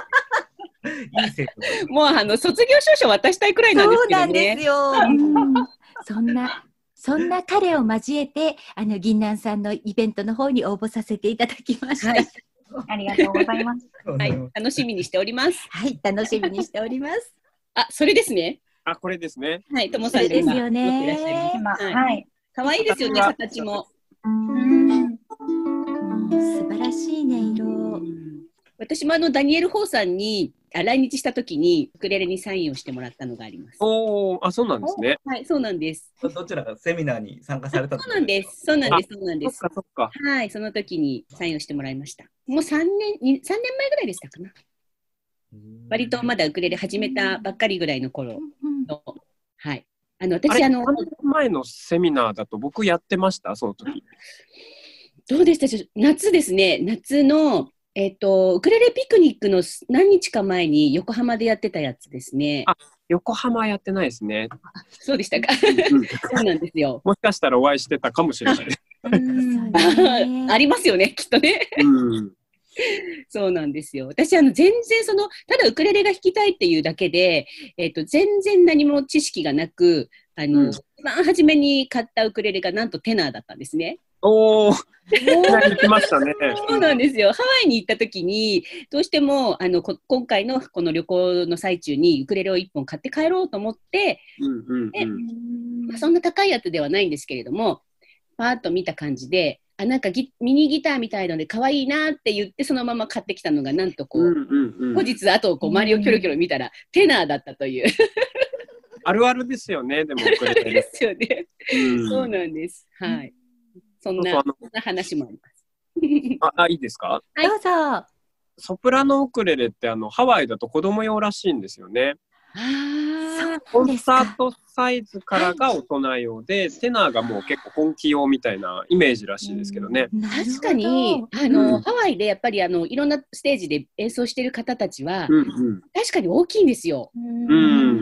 もうあの卒業証書渡したいくらいなんですけどね。 そうなんですよ、うん、そんなそんな彼を交えてあの銀杏さんのイベントの方に応募させていただきました、はい、 ありがとうございます、 はい、楽しみにしております。 はい、楽しみにしておりますあ、それですね。 あ、これですね。 はい、ともさんで今持ってらっしゃいます。はい。可愛いですよね、形も。うん、 素晴らしいね、色。 私もあのダニエル・ホーさんに来日した時にウクレレにサインをしてもらったのがあります。 おお、あ、そうなんですね。 はい、そうなんです。 どちらかセミナーに参加された。 そうなんです。そうなんです。そうなんです。 そっかそっか。 はい、その時にサインをしてもらいました。もう三年、にさんねんまえぐらいでしたかな。割とまだウクレレ始めたばっかりぐらいの頃の、はい。あの私あの前のセミナーだと僕やってましたその時。 どうでした？夏ですね。夏のえっとウクレレピクニックの何日か前に横浜でやってたやつですね。 あ、横浜やってないですね。 そうでしたか。そうなんですよ。 もしかしたらお会いしてたかもしれない。 ありますよね、きっとね。うんそうなんですよ。私あの全然そのただウクレレが弾きたいっていうだけで、えっと全然何も知識がなく、あの、うん、一番初めに買ったウクレレがなんとテナーだったんですね。 おお、行きましたね。 そうなんですよ。ハワイに行った時にどうしてもあのこ今回のこの旅行の最中にウクレレをいっぽん買って帰ろうと思って、うんうんうんでまあ、そんな高いやつではないんですけれども、パーッと見た感じで。あなんかギミニギターみたいので可愛いなって言ってそのまま買ってきたのがなんとこう、うんうんうん、後日あとこう周りをキョロキョロ見たら、うん、テナーだったというあるあるですよね。でもこれですよね、うん、そうなんです。はい。そんなそんな話もありますああいいですか。 はい、どうぞ。 ソプラノウクレレってあのハワイだと子供用らしいんですよね。 そコンサートサイズからが大人用で、はい、テナーがもう結構本気用みたいなイメージらしいですけどね。 うん、確かにあの、うん、ハワイでやっぱりあのいろんなステージで演奏している方たちは、うんうん、確かに大きいんですよ。うん、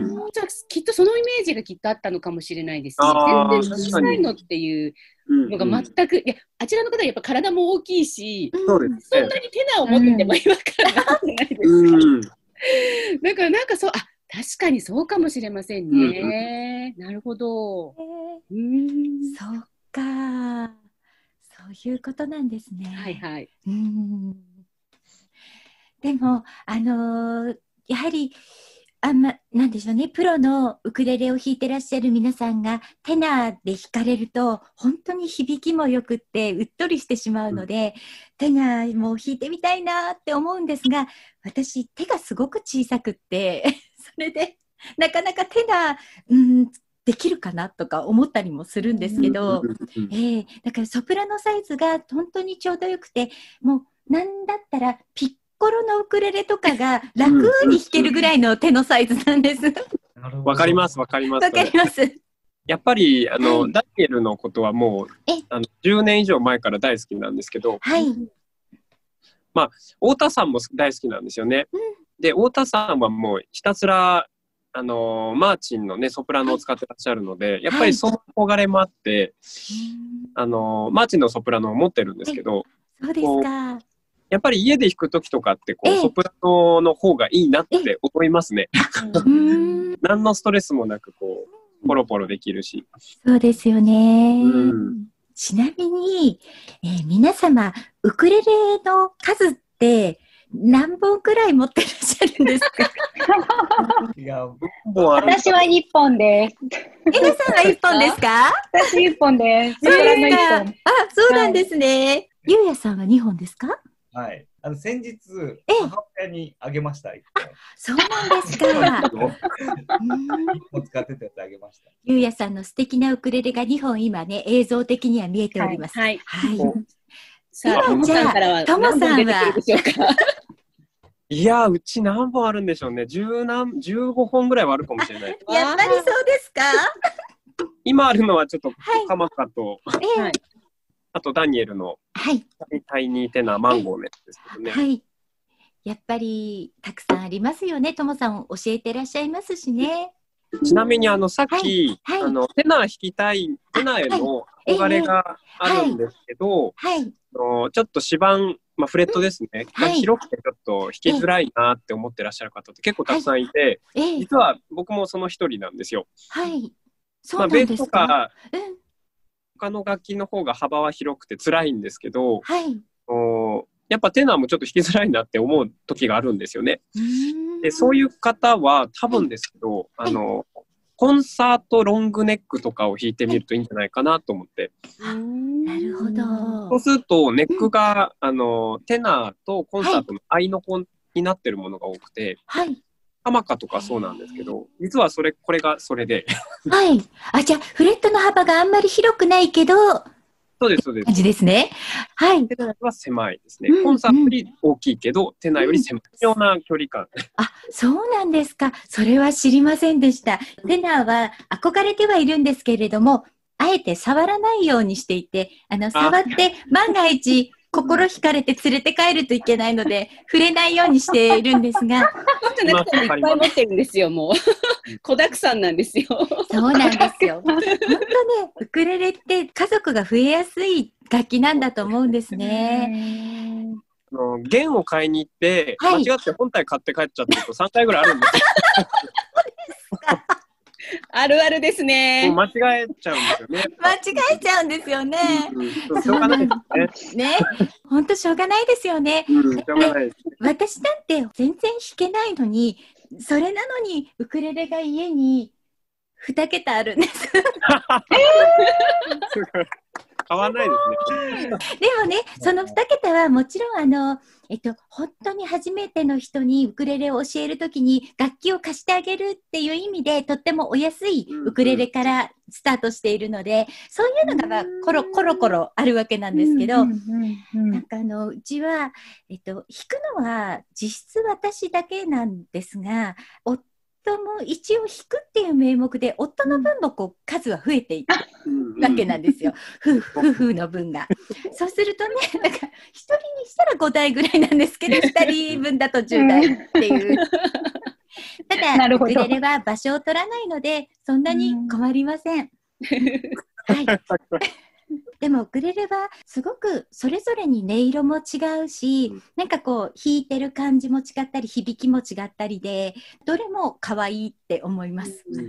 きっとそのイメージがきっとあったのかもしれないですし、全然小さいのっていうのが全く、うんうん、いやあちらの方はやっぱ体も大きいし、 そうですね、 そんなにテナーを持ってても違和感ないじゃないですか。うん、だからなんかそう、あ、確かにそうかもしれませんね。うん、なるほど。 えー、うんそうか。そういうことなんですね。 はいはい。 うんでも、あのー、やはり、あんま、なんでしょうね、プロのウクレレを弾いてらっしゃる皆さんがテナーで弾かれると、本当に響きもよくって、うっとりしてしまうので、うん、テナーも弾いてみたいなって思うんですが、私、手がすごく小さくって、それで、なかなかテナー、うんできるかなとか思ったりもするんですけど、えー、だからソプラノサイズが本当にちょうどよくて、もうなんだったらピッコロのウクレレとかが楽に弾けるぐらいの手のサイズなんです。 わかりますわかります。 わかります。 やっぱりあの、はい、ダニエルのことはもうあのじゅうねん以上前から大好きなんですけど、 はい、 まあ太田さんも大好きなんですよね。うん、で太田さんはもうひたすらあのー、マーチンのねソプラノを使ってらっしゃるので、はい、やっぱりその憧れもあって、はい、あのー、マーチンのソプラノを持ってるんですけど、 そうですか。 やっぱり家で弾く時とかってこうソプラノの方がいいなって思いますね。何のストレスもなくこうポロポロできるし。 そうですよね。うん、ちなみに、えー、皆様ウクレレの数って何本くらい持ってらっしゃるんですか？ いや、私はいっぽんです。 えなさんはいっぽんですか？ 私いっぽんです。ソプラノいっぽん。あ、 そうなんですね。ゆうやさんはにほんですか？ はい。あの先日母親にあげました。あ、 そうなんですか。いっぽん使ってたやつあげました。 ゆうやさんの素敵なウクレレがにほん今ね映像的には見えております。 はい。 はい。 はい、 さあ、じゃあともさんは。 いやうち何本あるんでしょうね。じゅう何、じゅうごほんぐらいはあるかもしれない。 やっぱりそうですか？ 今あるのはちょっとカマカと、 はい、 あとダニエルのタイニーテナーマンゴーのやつですけどね。 はい。やっぱりたくさんありますよね。ともさん教えてらっしゃいますしね。 ちなみにあのさっき、はいはい、あのテナー弾きたいテナーへの憧れがあるんですけど、 はいはい、 あのちょっと指板、まあ、フレットですね、うん、広くてちょっと弾きづらいなって思ってらっしゃる方って結構たくさんいて、はい、実は僕もその一人なんですよ。 はい、そうなんですか。 まあ、ベースとか、うん、他の楽器の方が幅は広くて辛いんですけど、 はい、 おやっぱテナーもちょっと弾きづらいなって思う時があるんですよね。でそういう方は多分ですけど、はい、あのコンサートロングネックとかを弾いてみるといいんじゃないかなと思って。 なるほど。 そうするとネックが、うん、あのテナーとコンサートの合いの子になってるものが多くて、 はい、 ハマカとかそうなんですけど、実はそれこれがそれで。 はい。あ、じゃあフレットの幅があんまり広くないけど。 そうですそうです。 感じですね。はい。 テナーは狭いですね。うんうん、コンサートより大きいけど、テナーより狭いような距離感。 あ、そうなんですか。それは知りませんでした。テナーは憧れてはいるんですけれども、あえて触らないようにしていて、あの触って万が一心惹かれて連れて帰るといけないので触れないようにしているんですが。 じゃなくていっぱい持ってるんですよ。もう子だくさんなんですよ。 そうなんですよ。本当ね、ウクレレって家族が増えやすい楽器なんだと思うんですね。 あの弦を買いに行って、はい、間違って本体買って帰っちゃってるとさんかいぐらいあるんですよ。 あるあるですね。 もう間違えちゃうんですよね。 間違えちゃうんですよね。 うん、しょうがないですね。 ね、本当しょうがないですよね。 うん、しょうがないです。 私なんて全然弾けないのに、それなのにウクレレが家ににけたあるんです。すごい。変わらないですね。でもね、そのにけたはもちろんあの、えっと、本当に初めての人にウクレレを教えるときに楽器を貸してあげるっていう意味でとってもお安いウクレレからスタートしているので、そういうのがコロコロコロあるわけなんですけど、なんかあのうちは、えっと、弾くのは実質私だけなんですが、夫夫も一応弾くっていう名目で、夫の分もこう数は増えていくわけなんですよ。夫婦の分が。そうするとね、なんか一人にしたらごだいぐらいなんですけど、二人分だとじゅうだいっていう。ただ、ウクレレは場所を取らないので、そんなに困りません。はい。でもウクレレはすごくそれぞれに音色も違うし、うん、なんかこう弾いてる感じも違ったり響きも違ったりで、どれも可愛いって思います。うんうん、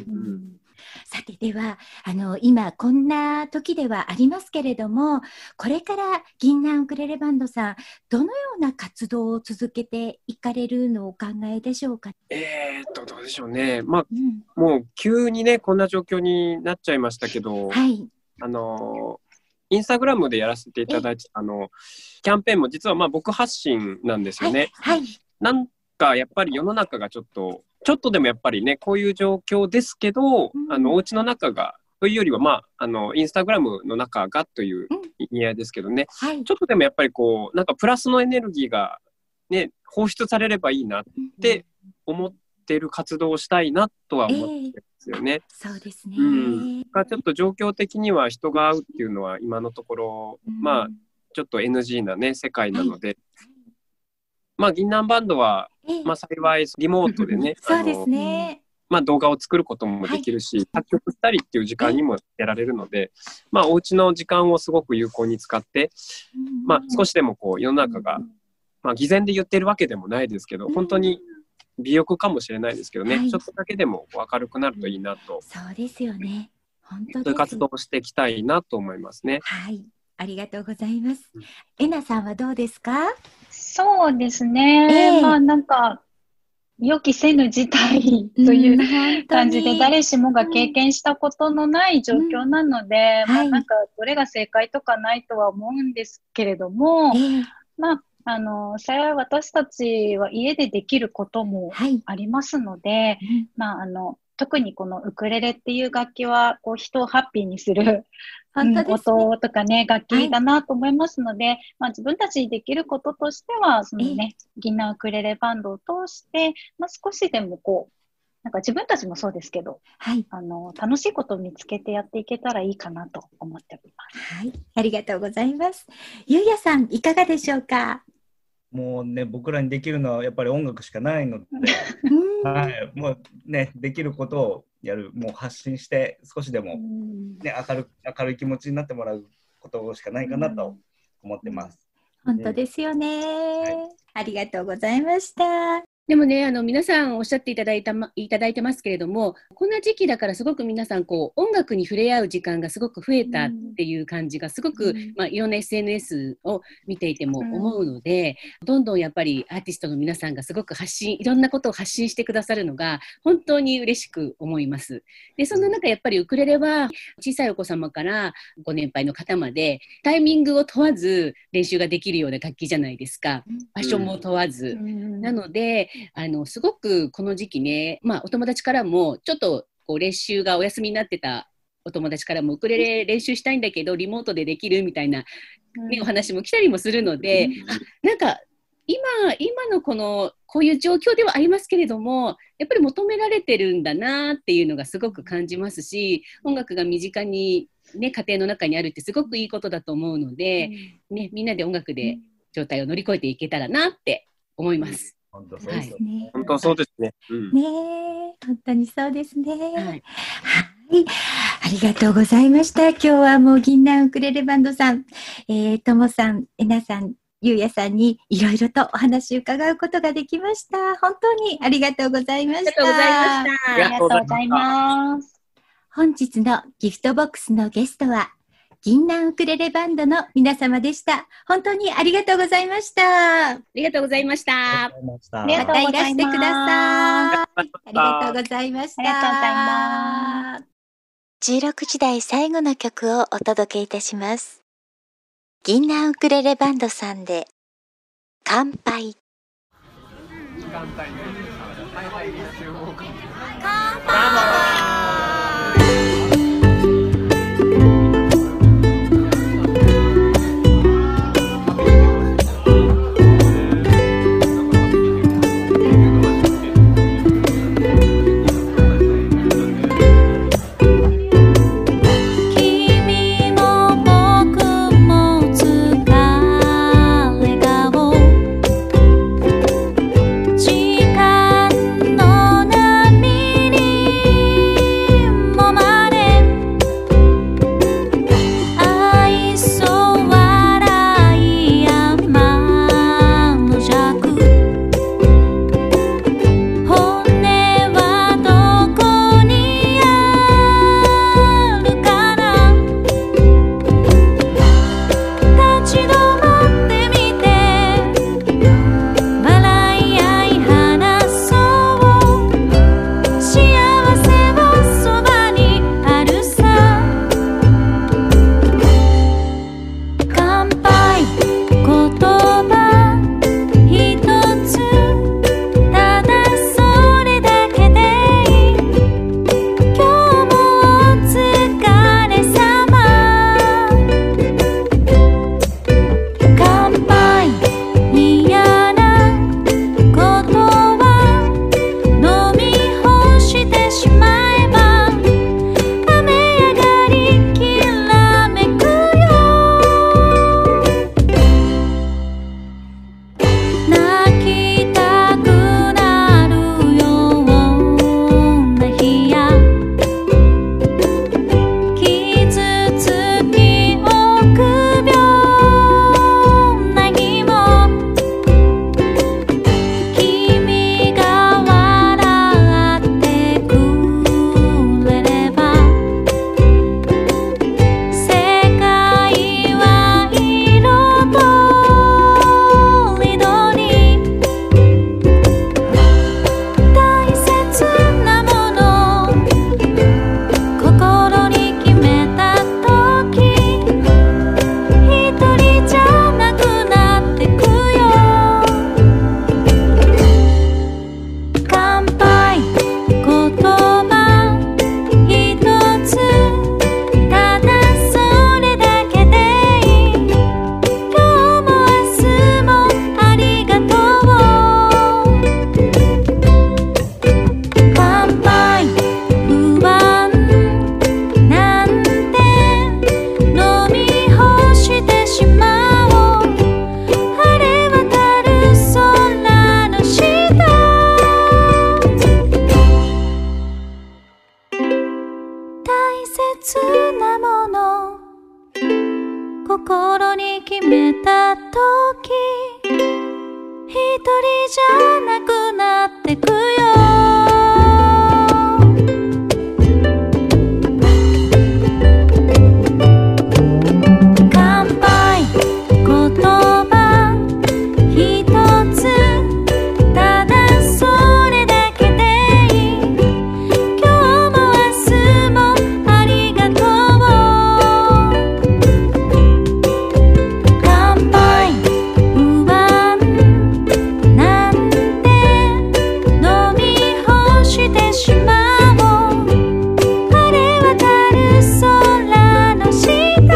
さてではあの今こんな時ではありますけれども、これから銀杏ウクレレバンドさんどのような活動を続けていかれるのをお考えでしょうか。 えーっとどうでしょうね。まあ、うん、もう急にねこんな状況になっちゃいましたけど、はい、あのインスタグラムでやらせていただいてあのキャンペーンも実はまあ僕発信なんですよね。はいはい、なんかやっぱり世の中がちょっとちょっとでもやっぱりねこういう状況ですけど、うん、あのお家の中がというよりはまああのインスタグラムの中がという意味合いですけどね、うんはい、ちょっとでもやっぱりこうなんかプラスのエネルギーがね放出されればいいなって思ってる活動をしたいなとは思ってます。ですよね。 そうですね。 うん、ちょっと状況的には人が会うっていうのは今のところ、うん、まあちょっと エヌジー なね世界なので、はい、まあ銀杏バンドは、まあ、幸いリモートでねそうですね。 まあ動画を作ることもできるし、はい、作曲したりっていう時間にもやられるので、まあお家の時間をすごく有効に使って、うん、まあ少しでもこう世の中が、まあ偽善で言ってるわけでもないですけど、本当に美欲かもしれないですけどね、はい、ちょっとだけでも明るくなるといいなと。 そうですよね。本当です。 そういう活動をしていきたいなと思いますね。 はい、ありがとうございます。うん、えなさんはどうですか？ そうですね。えー、まあなんか予期せぬ事態という感じで、誰しもが経験したことのない状況なので、うん、まあなんかどれが正解とかないとは思うんですけれども、えー、まああの幸い私たちは家でできることもありますので、はい、まあ、あの特にこのウクレレっていう楽器はこう人をハッピーにする、うん、音とかね楽器だなと思いますので、はい、まあ、自分たちにできることとしてはそのね銀杏ウクレレバンドを通して、まあ、少しでもこうなんか自分たちもそうですけど、はい、あの楽しいことを見つけてやっていけたらいいかなと思っております。 はい、ありがとうございます。ゆうやさんいかがでしょうか？ もうね僕らにできるのはやっぱり音楽しかないので、はい、もうねできることをやる、もう発信して少しでも、ね、明る明るい気持ちになってもらうことしかないかなと思ってます。 本当ですよね、はい、ありがとうございました。 でもね、あの皆さんおっしゃっていただいた、ま、いただいてますけれども、こんな時期だからすごく皆さんこう音楽に触れ合う時間がすごく増えたっていう感じがすごく、うん、まあ、いろんな エスエヌエス を見ていても思うので、うん、どんどんやっぱりアーティストの皆さんがすごく発信いろんなことを発信してくださるのが本当に嬉しく思います。でそんな中やっぱりウクレレは小さいお子様からご年配の方までタイミングを問わず練習ができるような楽器じゃないですか。場所も問わず、うん、なのであのすごくこの時期ね、まあ、お友達からもちょっとこう練習がお休みになってたお友達からもウクレレ練習したいんだけどリモートでできるみたいな、ね、お話も来たりもするので、あなんか今今のこのこういう状況ではありますけれどもやっぱり求められてるんだなっていうのがすごく感じますし、音楽が身近に、ね、家庭の中にあるってすごくいいことだと思うので、ね、みんなで音楽で状態を乗り越えていけたらなって思います。 本当そうですね。 本当そうですね。うん、 ねえ、本当にそうですね。はい、はい、ありがとうございました。今日はもう銀杏ウクレレバンドさん、えー、ともさん、えなさん、ゆうやさんにいろいろとお話を伺うことができました。本当にありがとうございました。 ありがとうございました。 本日のギフトボックスのゲストは銀杏ウクレレバンドの皆様でした。本当にありがとうございました。 ありがとうございました。 またいらしてください。ありがとうございました。 ありがとうございます。 じゅうろくじ台最後の曲をお届けいたします。銀杏ウクレレバンドさんで乾杯。乾杯。乾杯。 じゃなくなってくよ。乾杯言葉一つ、ただそれだけでいい。今日も明日もありがとう。乾杯不安なんて飲み干してしまおう。晴れ渡る空の下、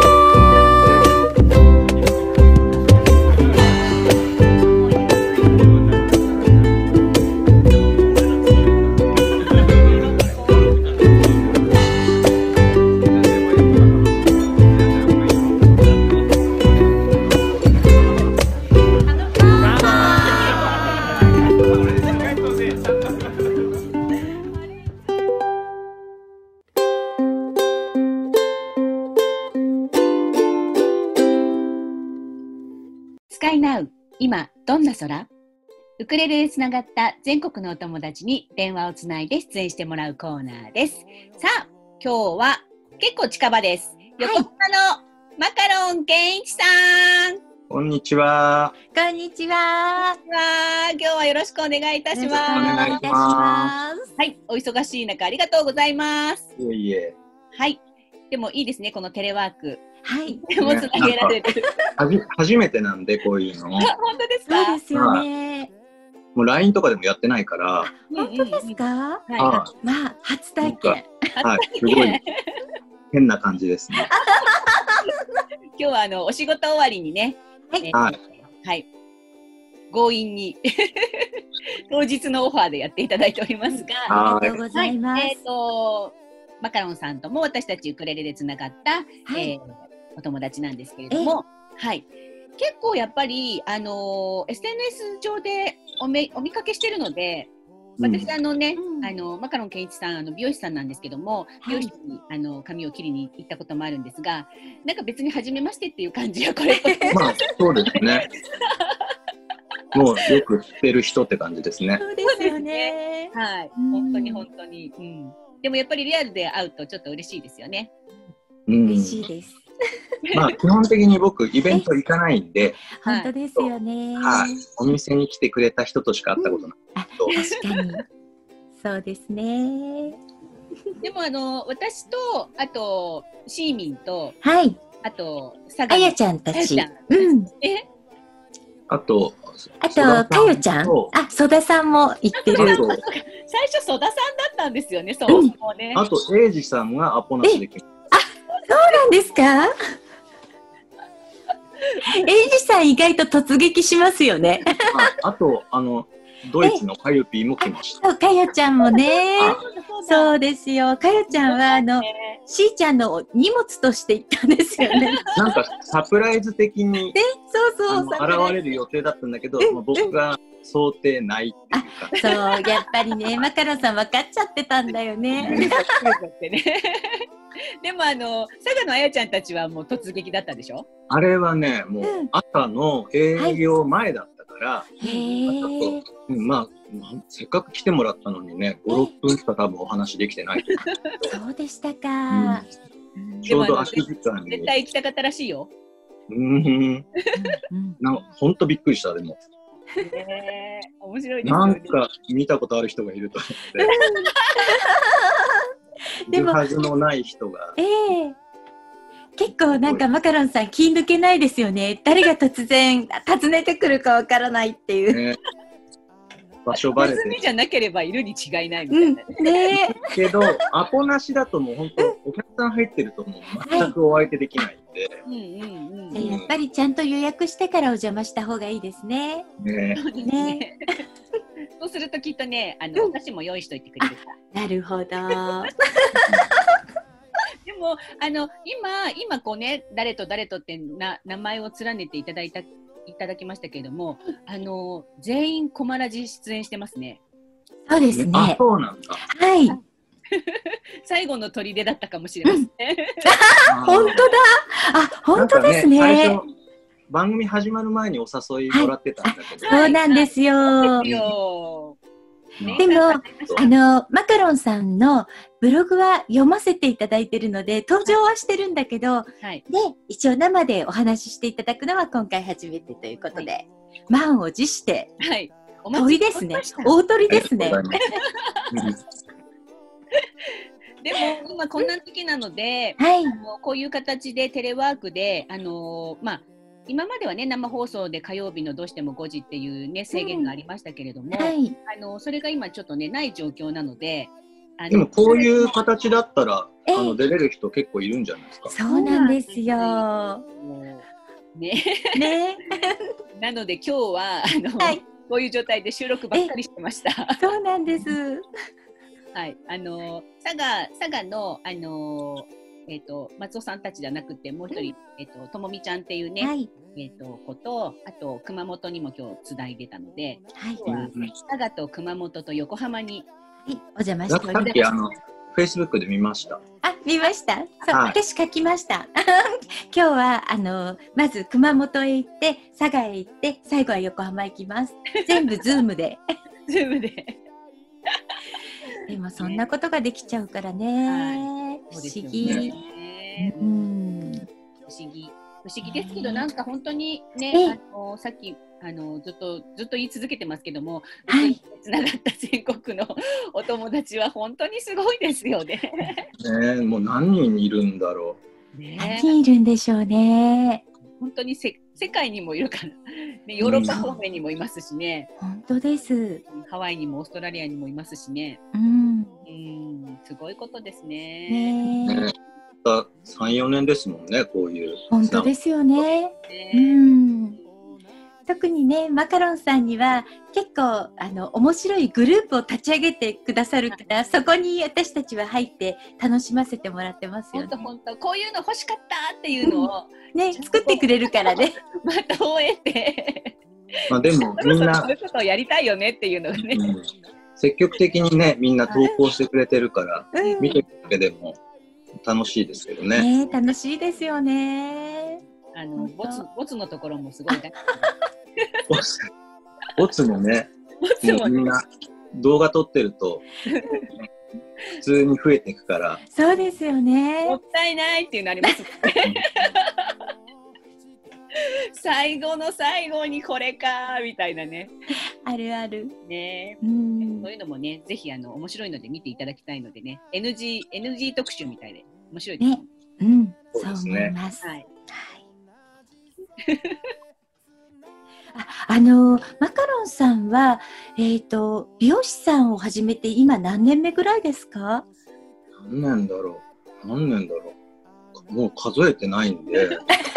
スカイナウ、今どんな空？ウクレレでつながった全国のお友達に電話をつないで出演してもらうコーナーです。さあ、今日は結構近場です。横浜のマカロン健一さん。 こんにちは。 こんにちは。 わー、今日はよろしくお願いいたします。 よろしくお願いしまはい、お忙しい中ありがとうございます。 いえいえ。 はい、でもいいですね、このテレワーク。 はい。 でもつなげられる。 はじ初めてなんでこういうの。 本当ですか？ そうですよね。 もう ライン とかでもやってないから。 本当ですか？ はい。 はまあ初体験。 い。はい。すごい変な感じですね。 今日はあのお仕事終わりにね。 はい。 えーはい。 はい。強引に当日のオファーでやっていただいておりますが、 ありがとうございます。 はい、えっとマカロンさんとも私たちウクレレでつながった、 はい、 えー、お友達なんですけれども、はい、結構やっぱりあのー、エスエヌエス 上でおめお見かけしてるので、私、うん、あのね、うん、あのマカロン健一さんあの美容師さんなんですけども、美容師にあの髪を切りに行ったこともあるんですが、なんか別に初めましてっていう感じはこれまあそうですね。もうよく知ってる人って感じですね。 そうですよね。 はい、本当に本当に。うん、でもやっぱりリアルで会うとちょっと嬉しいですよね。 うん、 嬉しいです。 まあ基本的に僕イベント行かないんで。 本当ですよね。 はい。お店に来てくれた人としか会ったことない。 うん、確かに。そうですね。 でもあの私とあとシーミンと、 はい。 あとあやちゃんたち。 うん。え？ あと、 あと、かよちゃん、あ、曽田さんも行ってる。 最初、曽田さんだったんだね、そう、ね。 あと、エイジさんがアポなしで来ました。あ、そうなんですか？エイジさん意外と突撃しますよね。 あ, あと、あの、ドイツのかよぴーも来ました。 かよちゃんもね。そうですよ。かよちゃんは、あの、しーちゃんの荷物として行ったんですよね。 なんかサプライズ的にそうそう現れる予定だったんだけど、まあ、僕が想定ないっていうか。 そう、やっぱりね、マカロンさん分かっちゃってたんだよね。 でもあの佐賀のあやちゃんたちはもう突撃だったでしょ？ あれはね、もう朝の営業前だったから、はい、 へー、 うん、まあせっかく来てもらったのにね、ご、ろっぷんしか多分お話できてない。 そうでしたか。 うん、ちょうど足時間に。 絶対行きたかったらしいよ。 うん。なんか本当びっくりしたでも。 えー、面白いですよね。なんか見たことある人がいると思って。でもはずのない人が。 ええー。結構なんかマカロンさん気抜けないですよね。誰が突然訪ねてくるかわからないっていう。ね、 場所バレて。 休みじゃなければいるに違いないみたいな。 うん、ねけどアポなしだともう本当お客さん入ってるともう全くお相手できないんで。 はい、やっぱりちゃんと予約してからお邪魔した方がいいですね。 ね。 ね。そうするときっとね、あの、うん、お菓子も用意しといてくれるから。なるほど。 でもあの今今こうね、誰と誰とってな名前を連ねていただいたいただきましたけれども、あの全員コマラジ出演してますね。 そうですね。 あ、そうなんだ。 はい。 最後の砦だったかもしれませんね。 本当だ。あ、本当ですね。 番組始まる前にお誘いもらってたんだけど。 はい、そうなんですよ。でも、あの、マカロンさんのブログは読ませていただいているので、登場はしてるんだけど、はい、で、一応生でお話ししていただくのは今回初めてということで、はい、満を持して、はい、鳥ですね。大鳥ですね。 でも今こんな時なので、はい、あのこういう形でテレワークで、あのー、まあ今まではね生放送で火曜日のどうしてもごじっていうね制限がありましたけれども、うんはい、あのそれが今ちょっとねない状況なので、あのでもこういう形だったらあの出れる人結構いるんじゃないですか。 そうなんですよ。 ね。ねなので今日はあの、はい、こういう状態で収録ばっかりしてました。 そうなんです。 はい、あの佐賀佐賀のあのえっ、ー、と松尾さんたちじゃなくてもう一人、うん、えっ、ー、とともみちゃんっていうね、はい、えっ、ー、と子とあと熊本にも今日つないでたので、はい、今日は佐賀と熊本と横浜に、 はい、お邪魔しております。 さっきあのフェイスブックで見ました。 あ、見ました。そう、はい、私書きました。今日はあのまず熊本へ行って佐賀へ行って最後は横浜行きます。全部ズームで。 ズームで。 でもそんなことができちゃうからね、はい、不思議、ねうん、 不思議不思議ですけど、なんか本当にね、あのさっきあのずっとずっと言い続けてますけども、はい、つながった全国のお友達は本当にすごいですよね。 ねえ、もう何人いるんだろう。ね、何人いるんでしょうね。 本当にせ世界にもいるから、ね、ヨーロッパ方面にもいますしね、 うん、本当です。 ハワイにもオーストラリアにもいますしね、 うん、 うんすごいことですね。 ねねさん、よねんですもんね、こういう。 本当ですよね。ねうん特にね、マカロンさんには結構あの面白いグループを立ち上げてくださるから、そこに私たちは入って楽しませてもらってますよね。 本当本当こういうの欲しかったっていうのを、 うん、ね作ってくれるからね。 またを得て、 まあでもみんなそういうことをやりたいよねっていうのがね、うん、 積極的にねみんな投稿してくれてるから、うん、見てるだけでも楽しいですけどね。 ね楽しいですよね。 あのボツボツのところもすごい大事。 ボツ、ボツもね、もうみんな動画撮ってると普通に増えていくから。 そうですよね。 もったいないっていうのありますもんね。最後の最後にこれかみたいなね。 あるある。 ね、うんそういうのもね、ぜひあの面白いので見ていただきたいのでね、エヌジー、エヌジー 特集みたいで面白いですね。 うん、そう思います。はい。あ, あのマカロンさんは、えーと、美容師さんを始めて今何年目ぐらいですか？ 何年だろう何年だろうもう数えてないんで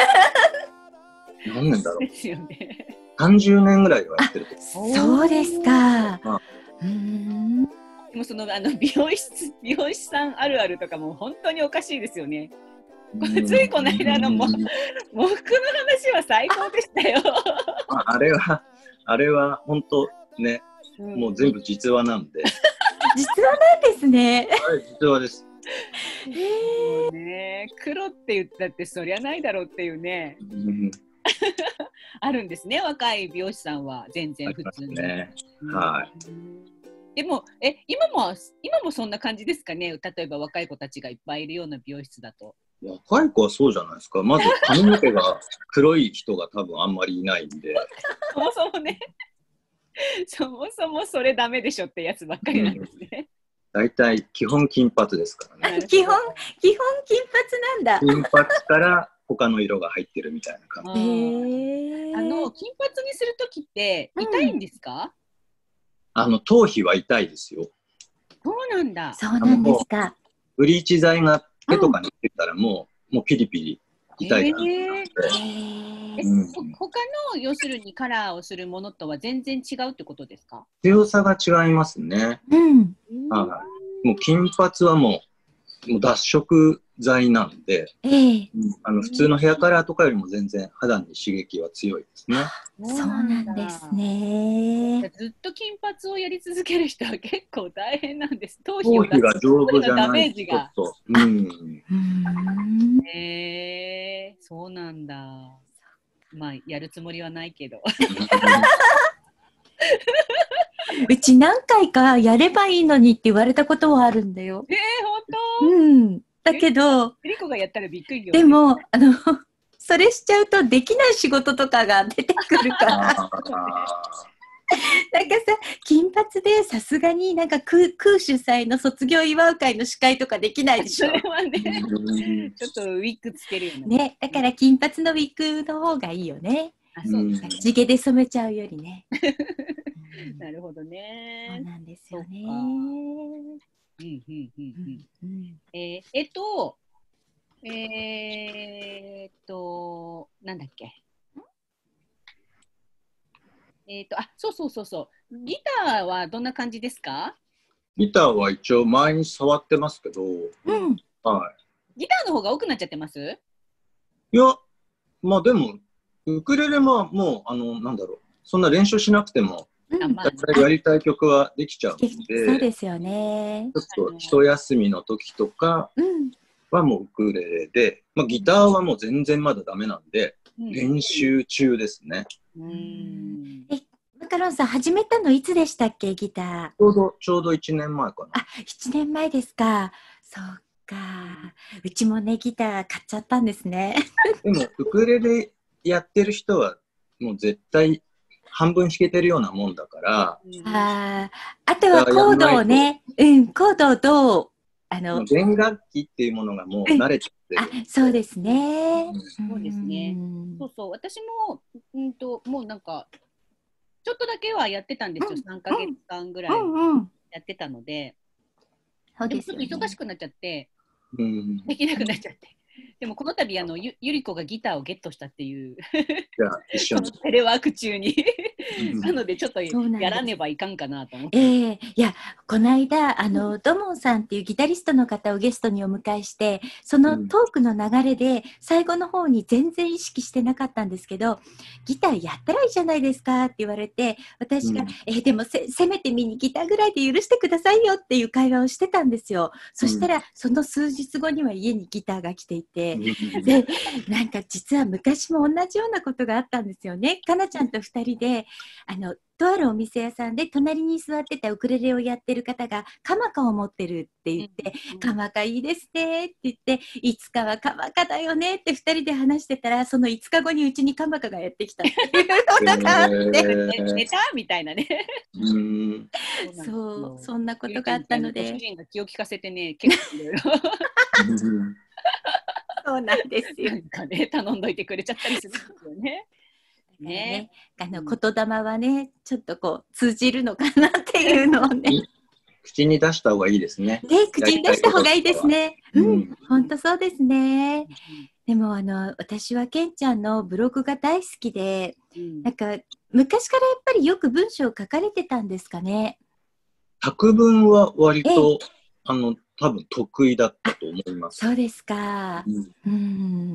何年だろうですよね。さんじゅうねんぐらいはやってると。 そうですか。 うーんでもそのあの美容師美容師さんあるあるとかも本当におかしいですよね。ついこの間のも喪服の話は最高でしたよ。 あれはあれは本当ね、うん、もう全部実話なんで。 実話なんですね。 はい、実話です。 へーね、黒って言ったってそりゃないだろうっていうね。うん、あるんですね、若い美容師さんは全然普通に。 ね、はい。 でもえ今も今もそんな感じですかね。例えば若い子たちがいっぱいいるような美容室だと。 若い子はそうじゃないですか。まず髪の毛が黒い人が多分あんまりいないんで。 そもそもね、そもそもそれダメでしょってやつばっかりなんですね。 だいたい基本金髪ですからね。 基本基本金髪なんだ。 金髪から他の色が入ってるみたいな感じ。 へあの金髪にするときって痛いんですか？ うん、あの頭皮は痛いですよ。 そうなんだ。 そうなんですか。 ブリーチ剤が手とかに出たらもう、うん、もうピリピリ痛い感じなので、 えーうん、他の要するにカラーをするものとは全然違うってことですか？ 強さが違いますね。うん、あもう金髪はもう、もう脱色剤なんで、えー、あの普通のヘアカラーとかよりも全然肌に刺激は強いですね。 そうなんですね。 ずっと金髪をやり続ける人は結構大変なんです。頭皮が丈夫じゃないとちょっと、うん、 へえー、そうなんだ。 まあやるつもりはないけど。 うち何回かやればいいのにって言われたことはあるんだよ。 えー、本当？ うん。だけど、 リコがやったらびっくりよ。 でも、あの、それしちゃうとできない仕事とかが出てくるから。なんかさ、金髪でさすがになんか区主催の卒業祝う会の司会とかできないでしょ。 それはね、ちょっとウィッグつけるよね。ね、だから金髪のウィッグの方がいいよね。 あ、そうですね。 地毛で染めちゃうよりね。 なるほどね。 そうなんですよね。 うんうんうんうん。ええっと、えー、っと、なんだっけ。えー、っと、あ、そうそうそうそう。ギターはどんな感じですか？ ギターは一応前に触ってますけど、うん。はい。 ギターの方が多くなっちゃってます？ いや、まあでも、ウクレレはもう、あの、なんだろう、そんな練習しなくても、うん、やりたい曲はできちゃうので、 そうですよね。 ちょっと一休みの時とかはもうウクレレで、まあ、ギターはもう全然まだダメなんで、うん、練習中ですね。 うん、え、マカロンさん始めたのいつでしたっけ、ギター？ ちょうど、ちょうどいちねんまえかな。 あ、いちねんまえですか。そうか。うちもね、ギター買っちゃったんですね。 でも、ウクレレやってる人はもう絶対、半分弾けてるようなもんだから。 ああとはコードをね、うん、コードをどう、あの、 弦楽器っていうものがもう慣れちゃってる。 あ、そうですね。 そうですね。そうそう、私も、うんと、もうなんか、ちょっとだけはやってたんですよ。さんかげつかんぐらいやってたので。でもちょっと忙しくなっちゃって、できなくなっちゃって。でもこの度あの ゆ, ゆり子がギターをゲットしたっていうこのテレワーク中になのでちょっとやらねばいかんかなと思って、 えー、いやこの間あのドモンさんっていうギタリストの方をゲストにお迎えしてそのトークの流れで最後の方に全然意識してなかったんですけどギターやったらいいじゃないですかって言われて私が、うん、えー、でも せ, せめてミニギターぐらいで許してくださいよっていう会話をしてたんですよ。そしたら、うん、その数日後には家にギターが来ていてでなんか実は昔も同じようなことがあったんですよね。かなちゃんとふたりであのとあるお店屋さんで隣に座ってたウクレレをやってる方がカマカを持ってるって言って、うん、カマカいいですねって言っていつかはカマカだよねってふたりで話してたらそのいつかごにうちにカマカがやってきたっていうことがあって、えー、寝たみたいなねうんそうそんなことがあったので主人が気を利かせてね結構いろいろそうなんですよ。 なんかね頼んどいてくれちゃったりするんですよね。 ね, ねあの言霊はねちょっとこう通じるのかなっていうのをね口に出した方がいいですね。 ね口に出した方がいいですね。うん、本当そうですね。でもあの私はけんちゃんのブログが大好きで、うん、なんか昔からやっぱりよく文章を書かれてたんですかね。 作文は割とあの多分得意だったと思います。 そうですか。うん、うん、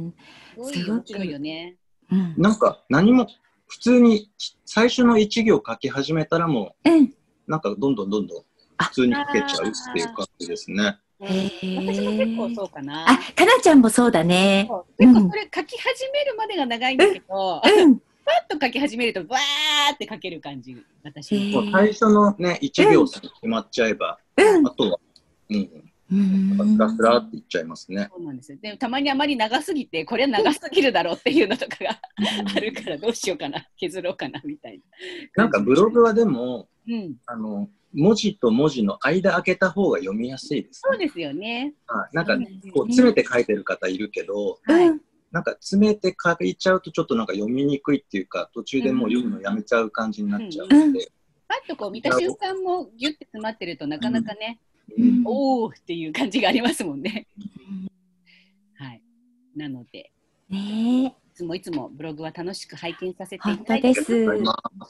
すごく面白いよね。 うん、なんか何も普通に最初の一行書き始めたらもう、うん、なんかどんどんどんどん普通に書けちゃうっていう感じですね。 へ私も結構そうかな。 あ、かなちゃんもそうだね。 結構それ書き始めるまでが長いんだけど、うん、パッと書き始めるとバーって書ける感じ。私も最初のね一行さえ決まっちゃえば、うん、あとは、うん。スラスラって言っちゃいますね。 そうなんですよ。でもたまにあまり長すぎてこれは長すぎるだろうっていうのとかがあるからどうしようかな削ろうかなみたいな。なんかブログはでも、うん、あの文字と文字の間開けた方が読みやすいです、 ね。そうですよね。 あなんかこう詰めて書いてる方いるけど、はい、なんか詰めて書いちゃうとちょっとなんか読みにくいっていうか途中でもう読むのやめちゃう感じになっちゃうので、うんうん、 パッとこう見た瞬間もギュッて詰まってるとなかなかね。うんうん、おーっていう感じがありますもんね。はい。なので、ね、いつもいつもブログは楽しく拝見させていただいてます。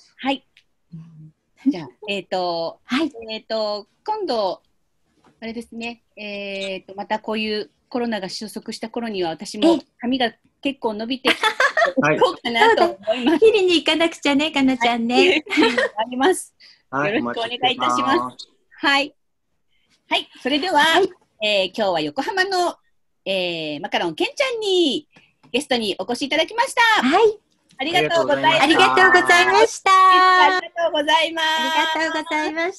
はい。じゃあ、えっと、はい、えっと、今度、あれですね、えっと、またこういうコロナが収束した頃には、私も髪が結構伸びて、はい、こうかなと思います。 切りに行かなくちゃね、かなちゃんね。 あります。よろしくお願いいたします。はい。はい、それでは、はい、えー、今日は横浜の、えー、マカロンけんちゃんにゲストにお越しいただきました。 はい、 ありがとうございました。 ありがとうございました。 ありがとうございます。 ありがとうございました。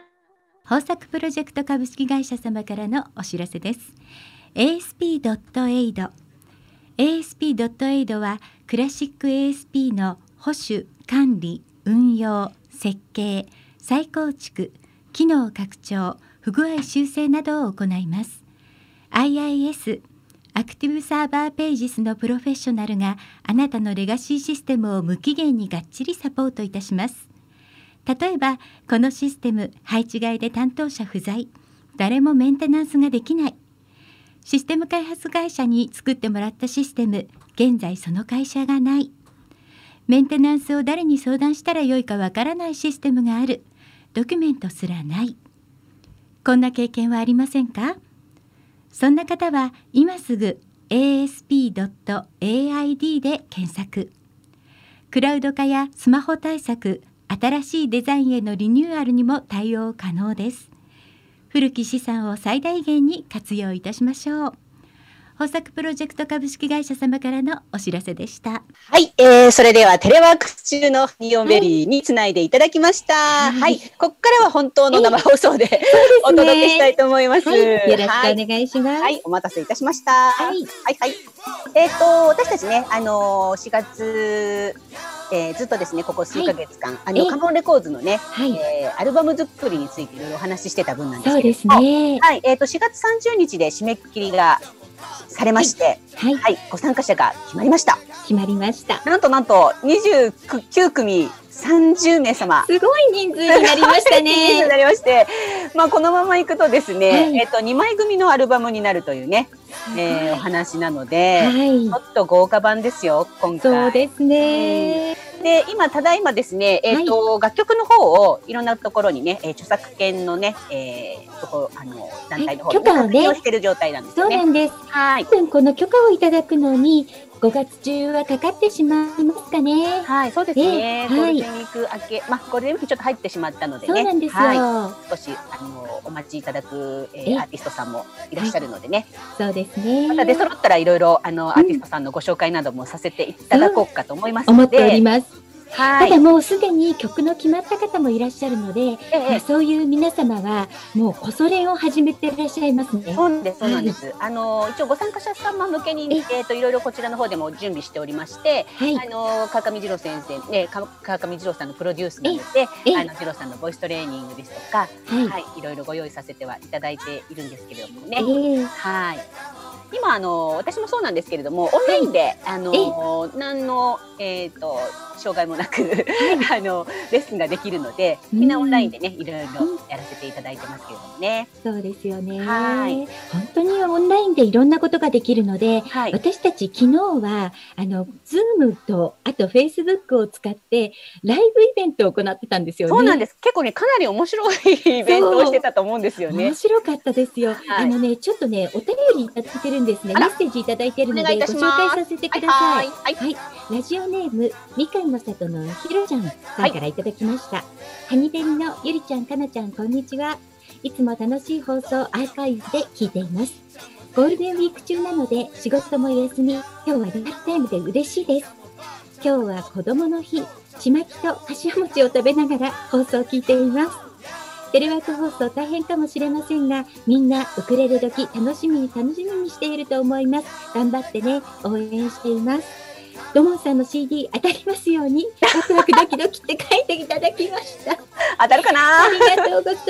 豊作プロジェクト株式会社様からのお知らせです。エーエスピードットエイド エーエスピードットエイド はクラシック エーエスピー の保守、管理、運用、設計、再構築、機能拡張、不具合修正などを行います。 アイアイエス アクティブサーバーページスのプロフェッショナルがあなたのレガシーシステムを無期限にがっちりサポートいたします。例えばこのシステム配置外で担当者不在、誰もメンテナンスができない、システム開発会社に作ってもらったシステム、現在その会社がない、メンテナンスを誰に相談したらよいかわからないシステムがある、ドキュメントすらない、こんな経験はありませんか？そんな方は今すぐ エーエスピードットエーアイディー で検索。クラウド化やスマホ対策、新しいデザインへのリニューアルにも対応可能です。古き資産を最大限に活用いたしましょう。豊作プロジェクト株式会社様からのお知らせでした。 はい、えー、それではテレワーク中のニオンベリーにつないでいただきました。はい、はい、ここからは本当の生放送で、えー、お届けしたいと思います。はい、よろしくお願いします。 はい、お待たせいたしました。はい、はい、はい。えっ、ー、と、私たちね、あのー、しがつ、えー、ずっとですね、ここ数ヶ月間、はい、あの、カモンレコーズのね、はい、えー、アルバム作りについていろいろお話ししてた分なんですけども、そうですね。はい、えっ、ー、と、しがつさんじゅうにちで締めくくりがされまして、はい、はい、ご参加者が決まりました。 決まりました。 なんとなんとにじゅうきゅうくみさんじゅうめいさま。 すごい人数になりましたね。 人数になりまして、まあこのままいくとですね、はい、えっとにまい組のアルバムになるというね、えー、お話なので、はい、ちょっと豪華版ですよ今回。 そうですね。 うん、で今ただいまですね、えっと、はい、楽曲の方をいろんなところにね、えー、著作権のね、えー、とこあの団体の方に許可をねしている状態なんですよね。 そうなんです。はい。多分この許可をいただくのにごがつ中はかかってしまいますかね。 はい、そうですね。ゴールデンウィーク明け、まあゴールデンウィークちょっと入ってしまったのでね。 そうなんですよ。 はい、少しあのお待ちいただく、えー、アーティストさんもいらっしゃるのでね。 はい、そうですね。 また出揃ったらいろいろあのアーティストさんのご紹介などもさせていただこうかと思いますので。 思っております。はい、ただもうすでに曲の決まった方もいらっしゃるので、ええ、まあ、そういう皆様はもうこそ練を始めていらっしゃいますね。 そうです、そうなんです。はい、あの一応ご参加者様向けにえっ、ー、といろいろこちらの方でも準備しておりまして、はい、あの川上二郎先生ね、川上二郎さんのプロデュースなので、あの二郎さんのボイストレーニングですとか、はい、はい、いろいろご用意させてはいただいているんですけれどもね。えー、はい。今あの私もそうなんですけれども、オンラインで、はい、あの何のえっ、ー、と障害もなくあのレッスンができるので、みんなオンラインでね、いろいろやらせていただいてますけれどもね。 そうですよね。はい。本当にオンラインでいろんなことができるので、はい、私たち昨日はあのズームとあとフェイスブックを使ってライブイベントを行ってたんですよね。 そうなんです。結構ねかなり面白いイベントをしてたと思うんですよね。 面白かったですよ。はい、あのねちょっとねお便りいただいてるんですね。メッセージいただいてるのでご紹介させてください。はい。はい、ラジオネームみかんの里のひろちゃんさんからいただきました。はい、ハニベリのゆりちゃん、かなちゃん、こんにちは。いつも楽しい放送アーカイブで聞いています。ゴールデンウィーク中なので仕事も休み、今日はリアルタイムで嬉しいです。今日は子供の日、ちまきとかしわ餅を食べながら放送を聞いています。テレワーク放送大変かもしれませんが、みんなウクレレ時楽しみに楽しみにしていると思います。頑張ってね、応援しています。ドモンさんの シーディー 当たりますように、ワクワクドキドキって書いていただきました。 当たるかな。 ありがとうございます。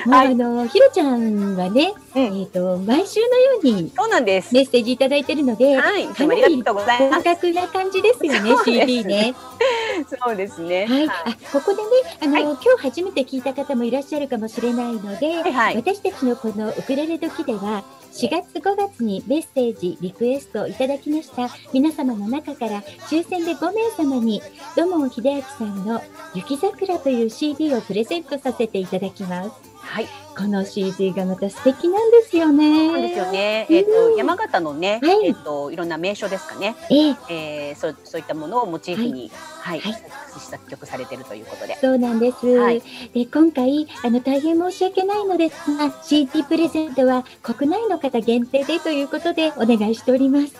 もう、はい、あのひろちゃんはね、うん、えっと毎週のようにそうなんです。 メッセージいただいているので、 はい、かなり高額な感じですよね。シーディー ね。 そうですね。 はい。あ、ここでね、あの、はい、今日初めて聞いた方もいらっしゃるかもしれないので、はいはい、私たちのこのウクレレ時ではしがつごがつにメッセージリクエストいただきました皆様の中から抽選でごめいさまに土門秀明さんの雪桜という シーディー をプレゼントさせていただきます。はい。この シーディー がまた素敵なんですよね。 そうですよね。えっ、ー、と、うん、山形のね、はい、えっ、ー、といろんな名所ですかね。えー、えー、そうそういったものをモチーフに、はい、はい、作曲されているということで。 そうなんです。はい、で今回あの大変申し訳ないのですが、シーディー プレゼントは国内の方限定でということでお願いしております。 は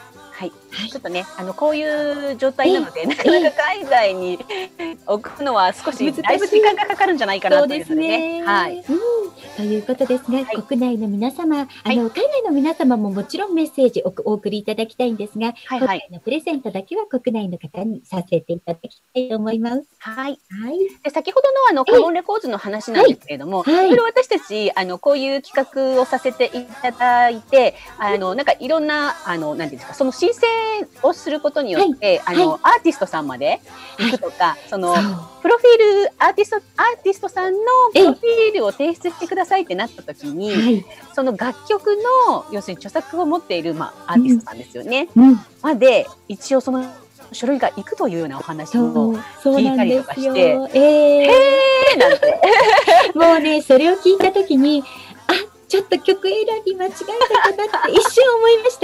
はい、ちょっとね、あのこういう状態なので、なかなか海外に置くのは少しだいぶ時間がかかるんんじゃないかなというのでね。はい。 ということですが、国内の皆様、あの海外の皆様ももちろんメッセージをお送りいただきたいんですが、今回のプレゼントだけは国内の方にさせていただきたいと思います。 はい。はい。で先ほどのあのカモンレコーズの話なんですけれども、いろいろ私たちあのこういう企画をさせていただいて、あのなんかいろんなあのなんていうんですか、その申請をすることによって、あのアーティストさんまで行くとか、そのプロフィールアーティストアーティストさんのプロフィールを提出してくださいってなった時に、はい、その楽曲の要するに著作を持っている、まあ、アーティストさんですよね、うん、まで一応その書類がいくというようなお話を聞いたりとかして、えー、へーなんてもうねそれを聞いた時にあちょっと曲選び間違えたかなって一瞬思いました。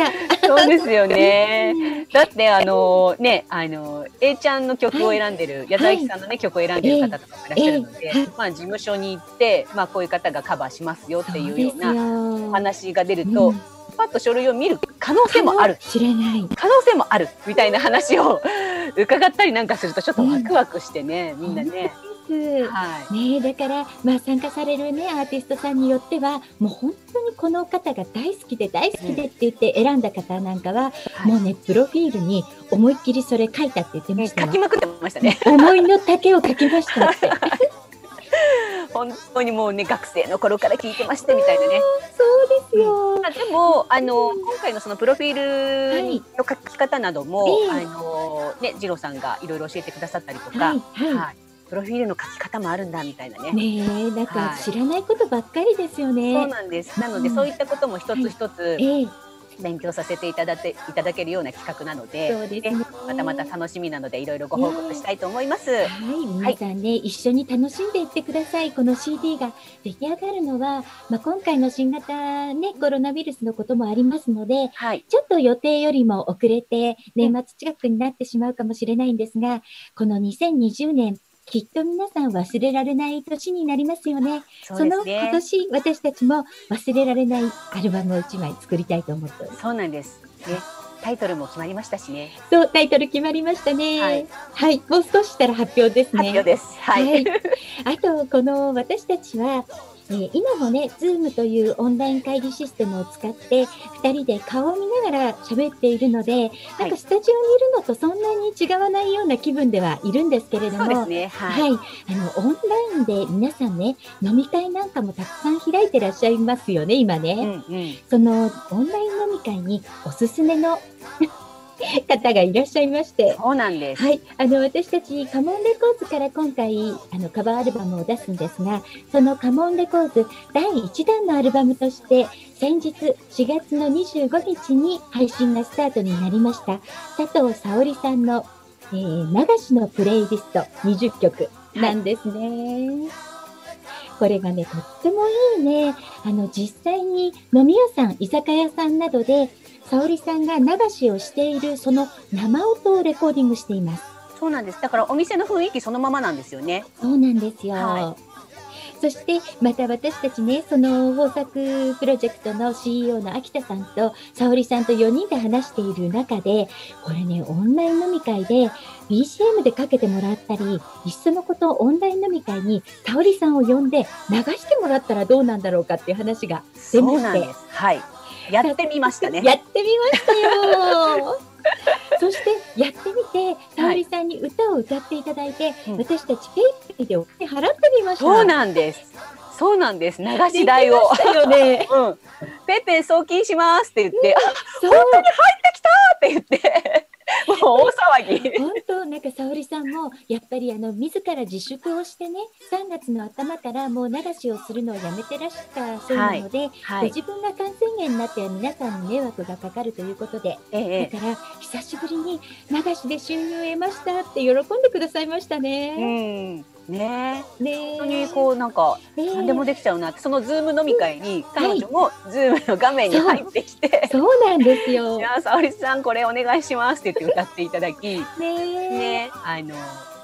そうですよね。だってあのねあの A ちゃんの曲を選んでる、はい、矢沢さんのね曲を選んでる方とかもいらっしゃるので、えーえー、まあ事務所に行ってまあこういう方がカバーしますよっていうような話が出ると、うん、パッと書類を見る可能性もある。 知れない。 可能性もあるみたいな話を伺ったりなんかするとちょっとワクワクしてね、うん、みんなね。 はい、ねだから、まあ、参加される、ね、アーティストさんによってはもう本当にこの方が大好きで大好きでって言って選んだ方なんかは、うん、もうねプロフィールに思いっきりそれ書いたって言ってましたよ。 書きまくってましたね。 思いの丈を書きましたって本当にもうね学生の頃から聞いてましてみたいなね。 そうですよ、 うん、でもあの今回のそのプロフィールの書き方なども、はい、あのね次郎さんがいろいろ教えてくださったりとか、はいはいはい、プロフィールの書き方もあるんだみたいなね。 ねえ、なんか知らないことばっかりですよね。 はい、そうなんです。なので、うん、そういったことも一つ一つ、はいえー、勉強させていただいていただけるような企画なので、そうですね、またまた楽しみなのでいろいろご報告したいと思います。 はい、皆さんね、はい、一緒に楽しんでいってください。この シーディー が出来上がるのは、まあ、今回の新型、ね、コロナウイルスのこともありますので、はい、ちょっと予定よりも遅れて年末近くになってしまうかもしれないんですが、このにせんにじゅうねんきっと皆さん忘れられない年になりますよね。その今年私たちも忘れられないアルバムをいちまい作りたいと思っております。 そうなんです。ね、タイトルも決まりましたしね。 そう、タイトル決まりましたね。はい、はい、もう少ししたら発表ですね。 発表です。はい。はい、 あとこの私たちは。えー、今もね、Zoom というオンライン会議システムを使ってふたりで顔を見ながら喋っているので、はい、なんかスタジオにいるのとそんなに違わないような気分ではいるんですけれども、 そうですね、はい、 はい、あのオンラインで皆さんね、飲み会なんかもたくさん開いてらっしゃいますよね、今ね。うんうん、そのオンライン飲み会におすすめの方がいらっしゃいまして、 そうなんです。 はい、あの私たちカモンレコーズから今回あのカバーアルバムを出すんですが、そのカモンレコーズだいいちだんのアルバムとして先日しがつのにじゅうごにちに配信がスタートになりました佐藤沙織さんの、えー、流しのプレイリストにじゅっきょくなんですね。はい、これがねとってもいいね。あの実際に飲み屋さん、居酒屋さんなどで沙織さんが流しをしているその生音をレコーディングしています。 そうなんです。だからお店の雰囲気そのままなんですよね。 そうなんですよ。はい、そしてまた私たちね、その豊作プロジェクトの シーイーオー の秋田さんと沙織さんとよにんで話している中で、これねオンライン飲み会で ビージーエム でかけてもらったり、いっそのことオンライン飲み会に沙織さんを呼んで流してもらったらどうなんだろうかっていう話が出まして、そうなんです。 はい、やってみましたね。 やってみましたよ。そしてやってみて、沙織さんに歌を歌っていただいて、はい、私たちペイペイでお金払ってみました。 そうなんです。そうなんです。流し代を。 よね。 うん。ペイペイ送金しますって言って、あ、本当に入ってきたって言って。もう大騒ぎ。 本当なんか沙織さんもやっぱりあの自ら自粛をしてね、さんがつの頭からもう流しをするのをやめてらしたそうなので、はいはい、ご自分が感染源になって皆さんに迷惑がかかるということで、ええ、だから久しぶりに流しで収入を得ましたって喜んでくださいましたね。 うんねえ、ねえ、本当にこうなんか何でもできちゃうなって、そのズーム飲み会に彼女もズームの画面に入ってきて、 そう、そうなんですよ。 じゃあ沙織さんこれお願いしますって言って歌っていただき、ねえ、ね、あの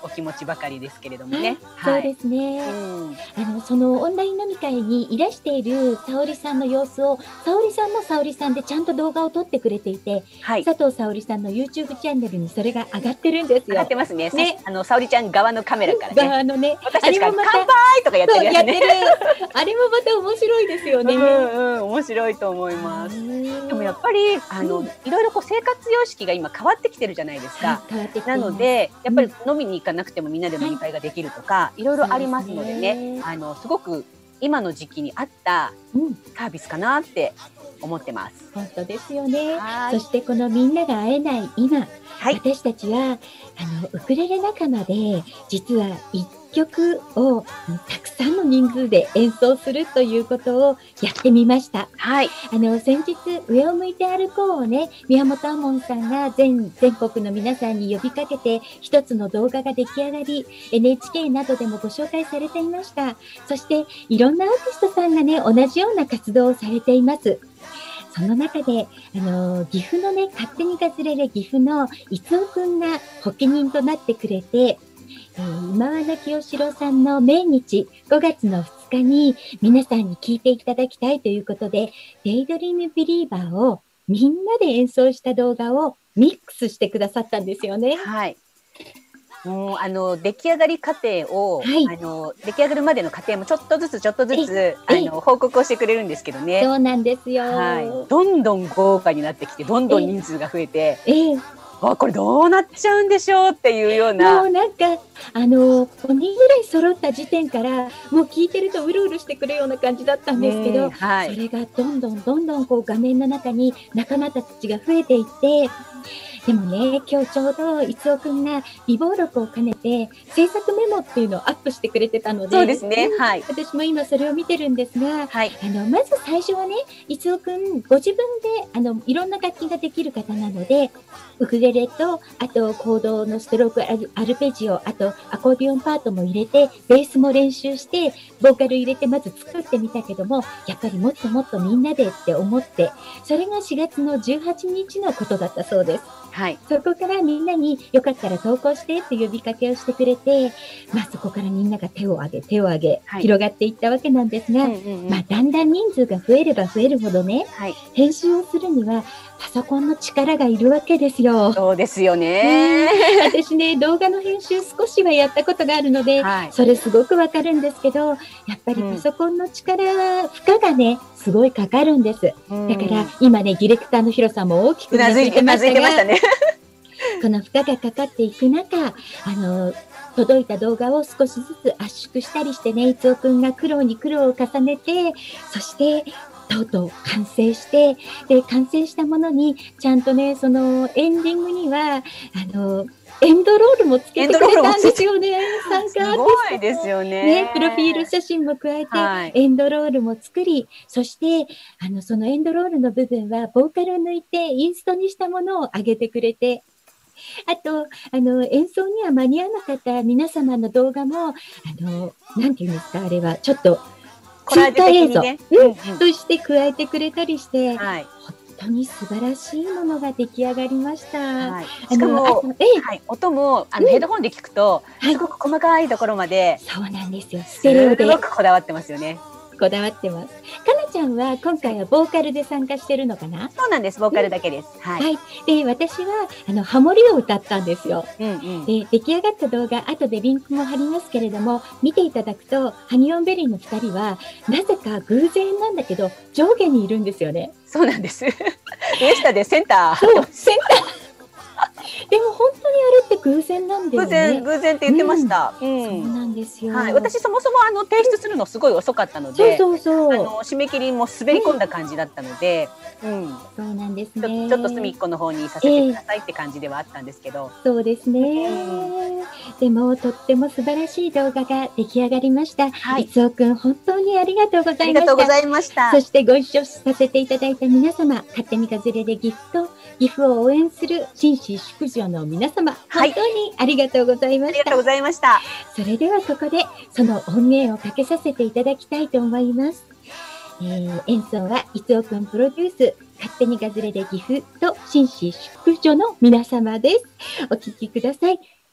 お気持ちばかりですけれどもね。 はい、そうですね、うん、あのそのオンライン飲み会にいらしている沙織さんの様子を沙織さんも沙織さんでちゃんと動画を撮ってくれていて、はい、佐藤沙織さんの YouTube チャンネルにそれが上がってるんですよ。 上がってますね。ね、あの沙織ちゃん側のカメラからね。 側のね、 私たちが乾杯とかやってるやつね。 あれもまた面白いですよね。 うんうん、面白いと思います。でもやっぱりあの、うん、いろいろこう生活様式が今変わってきてるじゃないですか。はい、なのでやっぱり飲みに行かなくてもみんなで飲み会ができるとか、はい、いろいろありますのでね、あのすごく今の時期に合ったサービスかなって思ってます。 本当ですよね。そしてこのみんなが会えない今、はい、私たちはあのウクレレ仲間で実はいっきょくをたくさんの人数で演奏するということをやってみました。はい、あの先日上を向いて歩こうをね、宮本亞門さんが全全国の皆さんに呼びかけて一つの動画が出来上がり、 エヌエイチケー などでもご紹介されていました。そしていろんなアーティストさんがね同じような活動をされています。その中で、あのー、岐阜のね、勝手にガズレレ岐阜の伊藤くんが発起人となってくれて、えー、今和清志郎さんの命日ごがつのふつかに皆さんに聴いていただきたいということで、デイドリームビリーバーをみんなで演奏した動画をミックスしてくださったんですよね。 はい。もうあの出来上がり過程を、はい、あの出来上がるまでの過程もちょっとずつちょっとずつあの報告をしてくれるんですけどね。 そうなんですよ、 はい、どんどん豪華になってきてどんどん人数が増えて、ええあこれどうなっちゃうんでしょうっていうような、 もうなんかあのごにんぐらい揃った時点からもう聞いてるとうるうるしてくるような感じだったんですけど、はい、それがどんどんどんどんこう画面の中に仲間たちが増えていって、でもね、今日ちょうど逸夫くんが備忘録を兼ねて制作メモっていうのをアップしてくれてたので、 そうですね、はい、 私も今それを見てるんですが、はい、あのまず最初はね、逸夫くんご自分であのいろんな楽器ができる方なので、ウクレレとあとコードのストロークアル、アルペジオ、あとアコーディオンパートも入れてベースも練習してボーカル入れてまず作ってみたけども、やっぱりもっともっとみんなでって思って、それがしがつのじゅうはちにちのことだったそうです。はい、そこからみんなによかったら投稿してって呼びかけをしてくれて、まあ、そこからみんなが手を挙げ手を挙げ、はい、広がっていったわけなんですが、うんうんうん、まあ、だんだん人数が増えれば増えるほどね、はい、編集をするにはパソコンの力がいるわけですよ。 そうですよね。 私ね、動画の編集少しはやったことがあるので、はい、それすごくわかるんですけど、やっぱりパソコンの力、うん、負荷がねすごいかかるんです。うん、だから今ね、ディレクターのヒロさんも大きくうなずいてましたが、ね、この負荷がかかっていく中、あの届いた動画を少しずつ圧縮したりしてね、逸夫くんが苦労に苦労を重ねて、そしてとうとう完成して、で完成したものにちゃんとね、そのエンディングにはあのエンドロールもつけてくれたんですよね。参加アーティストすごいですよね。 ね、プロフィール写真も加えて、はい、エンドロールも作り、そしてあのそのエンドロールの部分はボーカルを抜いてインストにしたものを上げてくれて、あとあの演奏には間に合わなかった皆様の動画も、あのなんていうんですか、あれはちょっとツイッター映像、ね、うんうん、として加えてくれたりして、はい、本当に素晴らしいものが出来上がりました。 はい、しかも、ええ、はい、音もあの、うん、ヘッドホンで聞くとすごく細かいところまで、 はい、そうなんですよ。ステレオで。 すごくこだわってますよね。 こだわってます。かなちゃんは今回はボーカルで参加してるのかな？ そうなんです。ボーカルだけです。うん、はい、 はい。で、私はあのハモリを歌ったんですよ。うんうん、で、出来上がった動画、後でリンクも貼りますけれども、見ていただくと、ハニオンベリーのふたりはなぜか偶然なんだけど上下にいるんですよね。 そうなんです。上下でセンター。 そう、センター。でも本当にあれって偶然なんだよね。 偶然、偶然って言ってました。 うんうん、そうなんですよ。 はい、私そもそもあの提出するのすごい遅かったので、そうそうそう、あの締め切りも滑り込んだ感じだったので、うん、うん、 そうなんですね。 ちょっと隅っこの方にさせてくださいって感じではあったんですけど、 えー、そうですね。うん、でもとっても素晴らしい動画が出来上がりました。はい、逸夫くん本当にありがとうございました。ありがとうございました。 そしてご一緒させていただいた皆様、勝手にガズレレ岐阜と岐阜を応援する紳士淑女の皆様、本当にありがとうございました。 ありがとうございました。 それではここでその音源をかけさせていただきたいと思います。えー、演奏は逸夫くんプロデュース、勝手にガズレレ岐阜と紳士淑女の皆様です。お聴きください。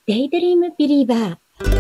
デイドリームビリーバー。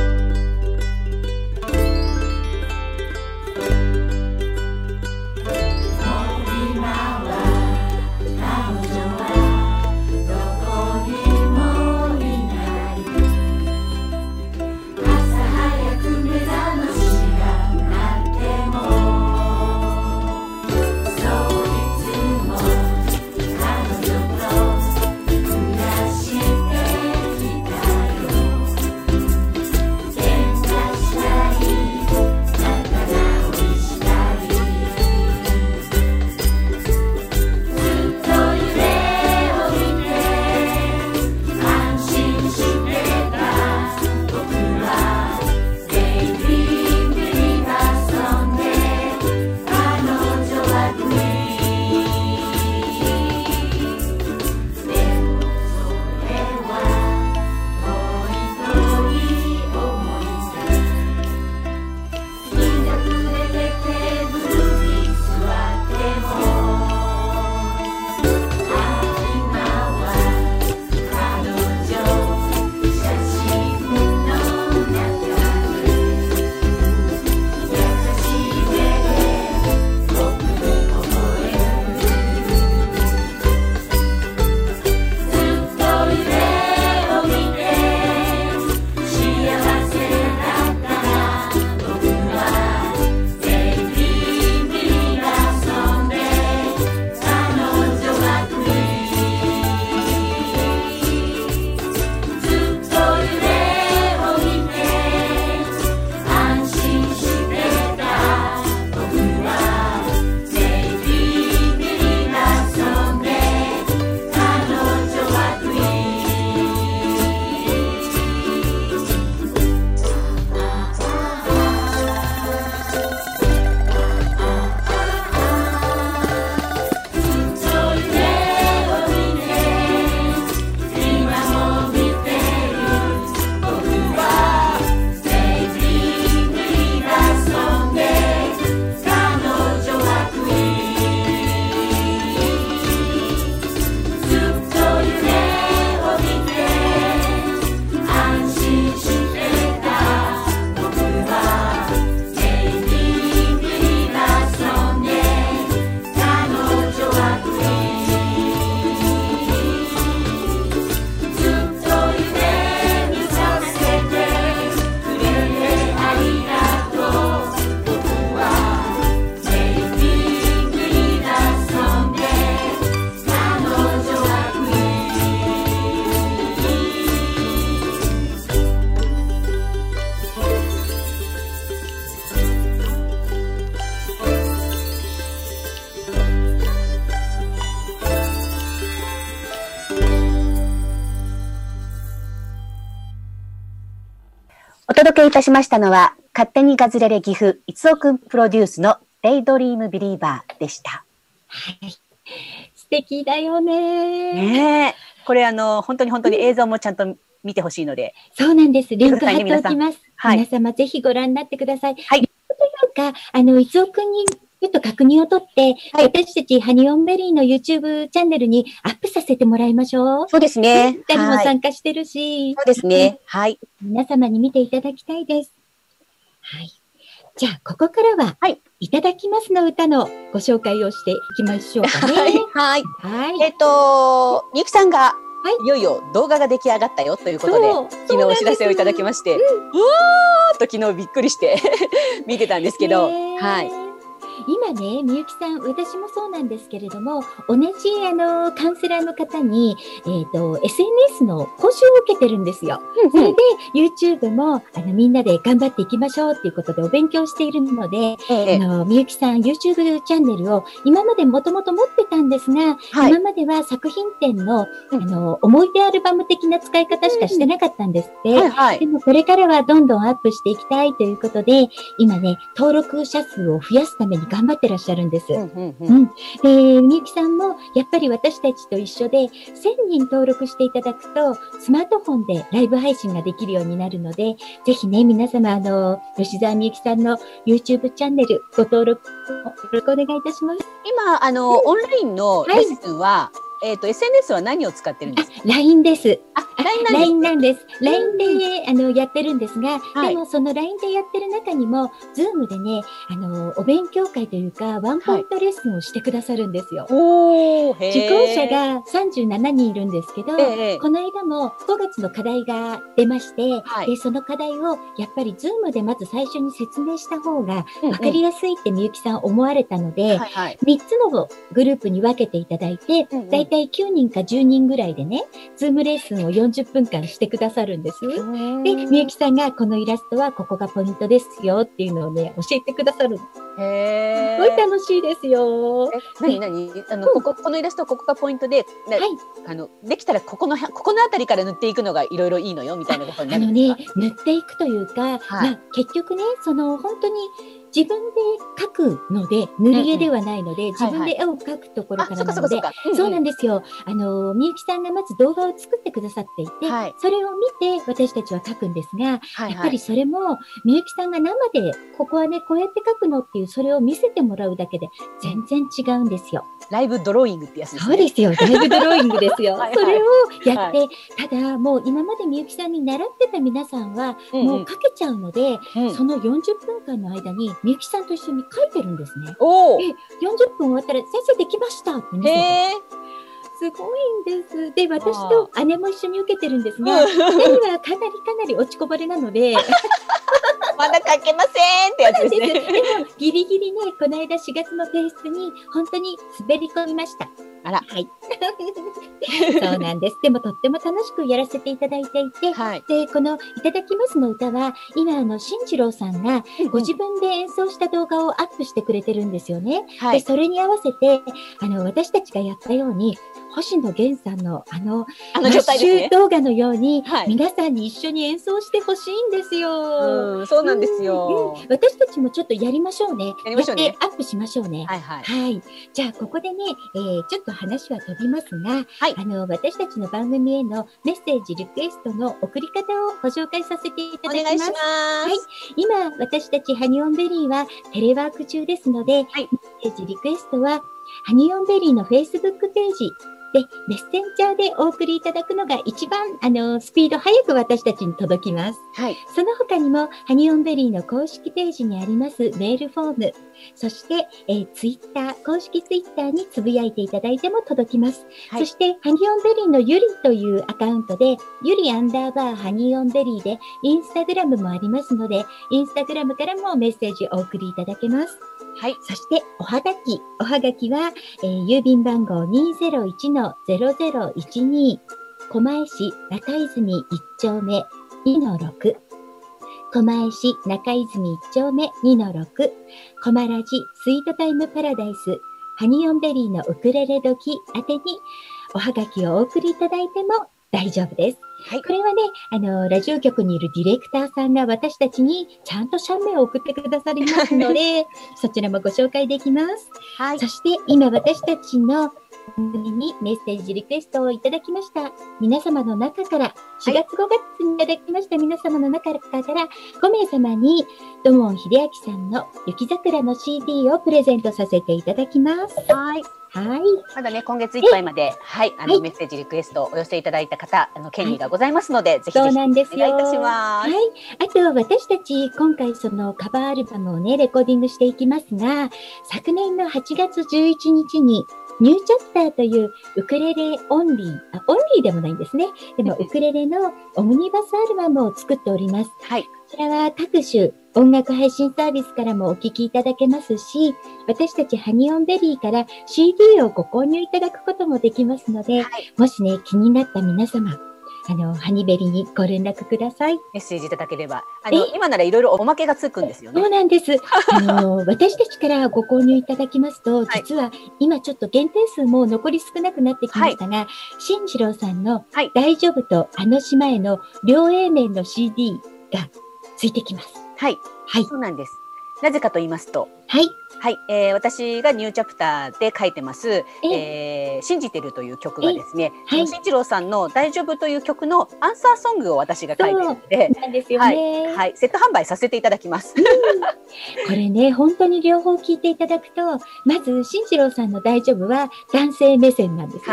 お届けいたしましたのは、勝手にガズレレ岐阜、逸夫くんプロデュースのデイドリームビリーバーでした。 はい。素敵だよね。 ねえ。これあの、本当に本当に映像もちゃんと見てほしいので。 そうなんです。リンク貼っておきます。 はい、 皆様ぜひご覧になってください。 はい。 というか、あの、逸夫くんにちょっと確認を取って、はい、私たちハニオンベリーの YouTube チャンネルにアップさせてもらいましょう。 そうですね。 ふたりも参加してるし。 そうですね。はい。 皆様に見ていただきたいです。はい。じゃあ、ここからは、はい、いただきますの歌のご紹介をしていきましょうかね。 はい。はい。はい、えっと、みゆきさんが、はい、いよいよ動画が出来上がったよということで、昨日お知らせをいただきまして、うん、うわーっと昨日びっくりして見てたんですけど、はい。 今ね、みゆきさん、私もそうなんですけれども、同じあのカウンセラーの方に、えっと、エスエヌエス の講習を受けてるんですよ。うんうん、それで YouTube もあのみんなで頑張っていきましょうっていうことでお勉強しているので、ええ、あのみゆきさん YouTube チャンネルを今までもともと持ってたんですが、はい、今までは作品展の、うん、あの思い出アルバム的な使い方しかしてなかったんですって。うんはいはい、でもこれからはどんどんアップしていきたいということで、今ね、登録者数を増やすために頑張ってらっしゃるんです。うんうんうんうん、で、みゆきさんもやっぱり私たちと一緒でせんにん登録していただくとスマートフォンでライブ配信ができるようになるので、ぜひね、皆様、あの、吉澤みゆきさんの YouTube チャンネルご登録よろしくお願いいたします。 今、あの、うん、オンラインのレッスンは、 えっと、エスエヌエス は何を使ってるんですか？ ライン です。 あ、ライン なんです。 ライン なんです。ライン で、あの、やってるんですが、はい、でもその ライン でやってる中にも、ズームでね、あの、お勉強会というか、ワンポイントレッスンをしてくださるんですよ。 おー、へー。 受講者がさんじゅうななにんいるんですけど、 えー、 この間もごがつの課題が出まして、はい、でその課題をやっぱりズームでまず最初に説明した方が分かりやすいってみゆきさん思われたので、うんうん、はいはい、みっつのグループに分けていただいて、うんうん、だいたいきゅうにんかじゅうにんぐらいでね、ズームレッスンをよんじゅっぷんかんしてくださるんです。で、みゆきさんがこのイラストはここがポイントですよっていうのをね、教えてくださる。 へー。すごい楽しいですよ。 え、なになにあの、うん、ここ、このイラストはここがポイントで、はい、あの、できたらここの、ここのあたりから塗っていくのがいろいろいいのよみたいなことになるんですか？ あのね、塗っていくというか、はい、まあ、結局ね、その本当に自分で描くので、塗り絵ではないので、うんうん、自分で絵を描くところからなので、そうなんですよ。あの、みゆきさんがまず動画を作ってくださっていて、はい、それを見て私たちは描くんですが、はいはい、やっぱりそれも、みゆきさんが生で、ここはね、こうやって描くのっていう、それを見せてもらうだけで全然違うんですよ。 ライブドローイングってやつですね。 そうですよ。ライブドローイングですよ。はいはい、それをやって、はい、ただもう今までみゆきさんに習ってた皆さんは、もう描けちゃうので、うんうん、そのよんじゅっぷんかんの間に、みゆきさんと一緒に書いてるんですね。 おで、よんじゅっぷん終わったら、先生できましたって見せて。すごいんです。で、私と姉も一緒に受けてるんですが、ふたりはかなりかなり落ちこぼれなので、 まだ書けませんってやつですね。 でも、ギリギリね、この間しがつの提出に、本当に滑り込みました。 あら。 はい。そうなんです。でもとっても楽しくやらせていただいていて、はい、で、このいただきますの歌は、今、あの、進次郎さんがご自分で演奏した動画をアップしてくれてるんですよね。はい、で、それに合わせて、あの、私たちがやったように、星野源さんのあの、 あの状態ですね、 動画のように、はい、皆さんに一緒に演奏してほしいんですよ。 うん、そうなんですよ、 うん。私たちもちょっとやりましょうね。 やりましょうね。 やってアップしましょうね。 はいはい。 はい。じゃあ、ここでね、えー、ちょっと話は飛びますが、はい、あの、私たちの番組へのメッセージ、リクエストの送り方をご紹介させていただきます。お願いします。はい。今、私たちハニオンベリーはテレワーク中ですので、はい、メッセージ、リクエストは、ハニオンベリーの Facebook ページ、で、メッセンジャーでお送りいただくのが一番、あの、スピード早く私たちに届きます。 はい。 その他にも、ハニオンベリーの公式ページにありますメールフォーム、そして、えー、ツイッター、公式ツイッターにつぶやいていただいても届きます。はい、そして、ハニオンベリーのゆりというアカウントで、ゆりアンダーバーハニオンベリーで、インスタグラムもありますので、インスタグラムからもメッセージお送りいただけます。 はい。 そして、おはがき。おはがきは、えー、郵便番号 にーぜろいちのゼロゼロいちに 狛江市中泉いっ丁目 にのろく 狛江市中泉いっ丁目 にのろく コマラジスイートタイムパラダイスハニオンベリーのウクレレ時宛てにおはがきをお送りいただいても大丈夫です。はい、これはね、あの、ラジオ局にいるディレクターさんが私たちにちゃんと写メを送ってくださりますので、そちらもご紹介できます。はい。そして今私たちの番組にメッセージリクエストをいただきました皆様の中から、しがつごがつにいただきました皆様の中からごめい様に、土門秀明さんの雪桜の シーディー をプレゼントさせていただきます。 はい。 はい。 まだね、今月いっぱいまで、はい、あの、はい、メッセージリクエストをお寄せいただいた方、あの、権利がございますので、はい、ぜひぜひお願いいたします。はい。 あと、私たち、今回そのカバーアルバムをね、レコーディングしていきますが、昨年のはちがつじゅういちにちに、ニューチャプターというウクレレオンリー、あ、オンリーでもないんですね。でも、ウクレレのオムニバスアルバムを作っております。 はい。 こちらは各種音楽配信サービスからもお聴きいただけますし、私たちハニオンベリーから シーディー をご購入いただくこともできますので、はい、もしね、気になった皆様、あの、ハニベリにご連絡ください。 メッセージいただければ。あの、今ならいろいろおまけがつくんですよね。 そうなんです。あの、私たちからご購入いただきますと、実は今ちょっと限定数も残り少なくなってきましたが、進次郎さんの大丈夫とあの島への両 A 面の シーディー がついてきます。 はい。はい。そうなんです。なぜかと言いますと、 はい。 はい、えー、私がニューチャプターで書いてます、えー、信じてるという曲がですね、はい、進次郎さんの大丈夫という曲のアンサーソングを私が書いてるので、 なんですよね、 はい、はい、セット販売させていただきます。うん、 これね、本当に両方聞いていただくと、まず進次郎さんの大丈夫は男性目線なんですよね。はい、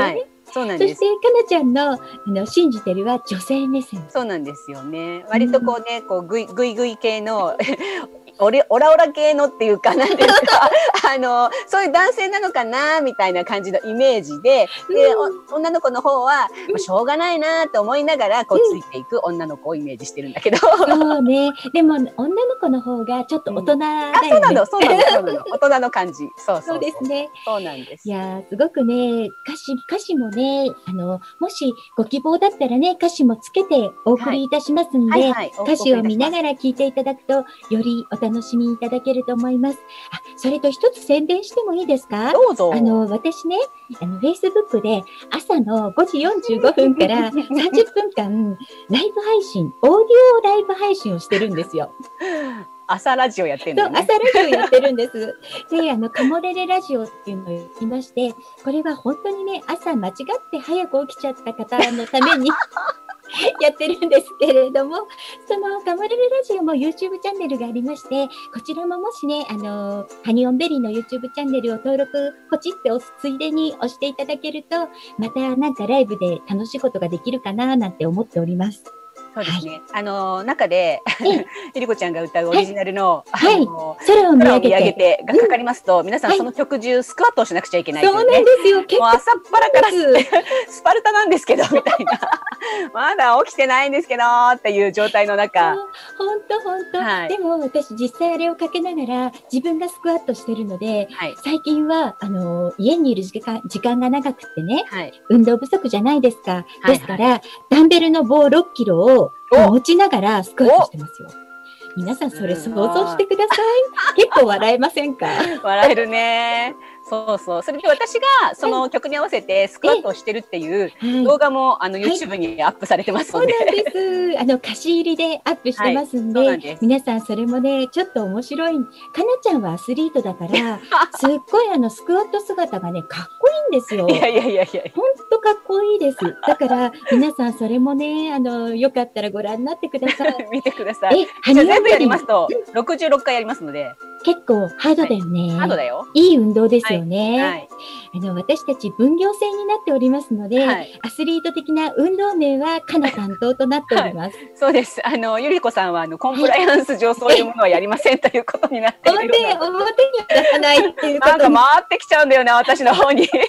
そうなんです。 そしてかなちゃんのあの信じてるは女性目線。 そうなんですよね。割とこうね、こうグイグイグイ系のオレオラオラ系のっていうかなんていうかあのそういう男性なのかなみたいな感じのイメージで、で、うん、女の子の方は、うん、しょうがないなと思いながらこうついていく女の子をイメージしてるんだけど、 うん、そうね。でも女の子の方がちょっと大人だよね。 うん、あ、そうなの、そうなの、そうなの。大人の感じ。そうそうそう。 そうですね。 そうなんです。 いやすごくね、歌詞歌詞もね、あのもしご希望だったらね、歌詞もつけてお送りいたしますんで、はいはいはい、歌詞を見ながら聞いていただくとよりお楽しみいただけると思います。あ、それと一つ宣伝してもいいですか？ どうぞ。 あの私ね、あの Facebook で朝のごじよんじゅうごふんからさんじゅっぷんかんライブ配信、オーディオライブ配信をしてるんですよ。 朝ラジオやってるのね。 そう、朝ラジオやってるんです。で、あの、カモレレラジオっていうのをやりまして、これは本当にね、朝間違って早く起きちゃった方のためにやってるんですけれども、そのカモレレラジオも YouTube チャンネルがありまして、こちらももしね、あの、ハニオンベリーの YouTube チャンネルを登録、ポチって押すついでに押していただけると、またなんかライブで楽しいことができるかななんて思っております。 そうですね。はい、あの中でゆりこちゃんが歌うオリジナルの、 はい、 あのはい、空を見上げて、 上げてがかかりますと、うん、皆さんその曲中スクワットをしなくちゃいけない、ね。 そうなんですよ。 もう朝っぱらからスパルタなんですけどみたいな、まだ起きてないんですけどっていう状態の中。 本当本当。はい、でも私実際あれをかけながら自分がスクワットしてるので、はい、最近はあの家にいる時間時間が長くってね、はい、運動不足じゃないですか。ですから、はいはい、ダンベルの棒ろっキロを持ちながらスクワットしてますよ。皆さんそれ想像してください。結構笑えませんか？ 笑えるね。そうそう。それで私がその曲に合わせてスクワットをしてるっていう動画も、はい、あの YouTube にアップされてますので、 はい、そうなんです。あの貸し入りでアップしてますんで、はい、んで皆さんそれもねちょっと面白い。かなちゃんはアスリートだからすっごいあのスクワット姿がねかっこいいんですよ。 いやいやいやいや。 本当かっこいいです。だから皆さんそれもねあのよかったらご覧になってください。 見てください。え、全部やりますとろくじゅうろっかいやりますので。 結構ハードだよね。はい、 ハードだよ。 いい運動ですよね。はいはい、あの私たち分業制になっておりますので、はい、アスリート的な運動面はかな担当となっております。はい、 そうです。あのゆりこさんはあのコンプライアンス上そういうものはやりませんということになっているような。 表表には出さないっていうこと。 なんか回ってきちゃうんだよね私の方に。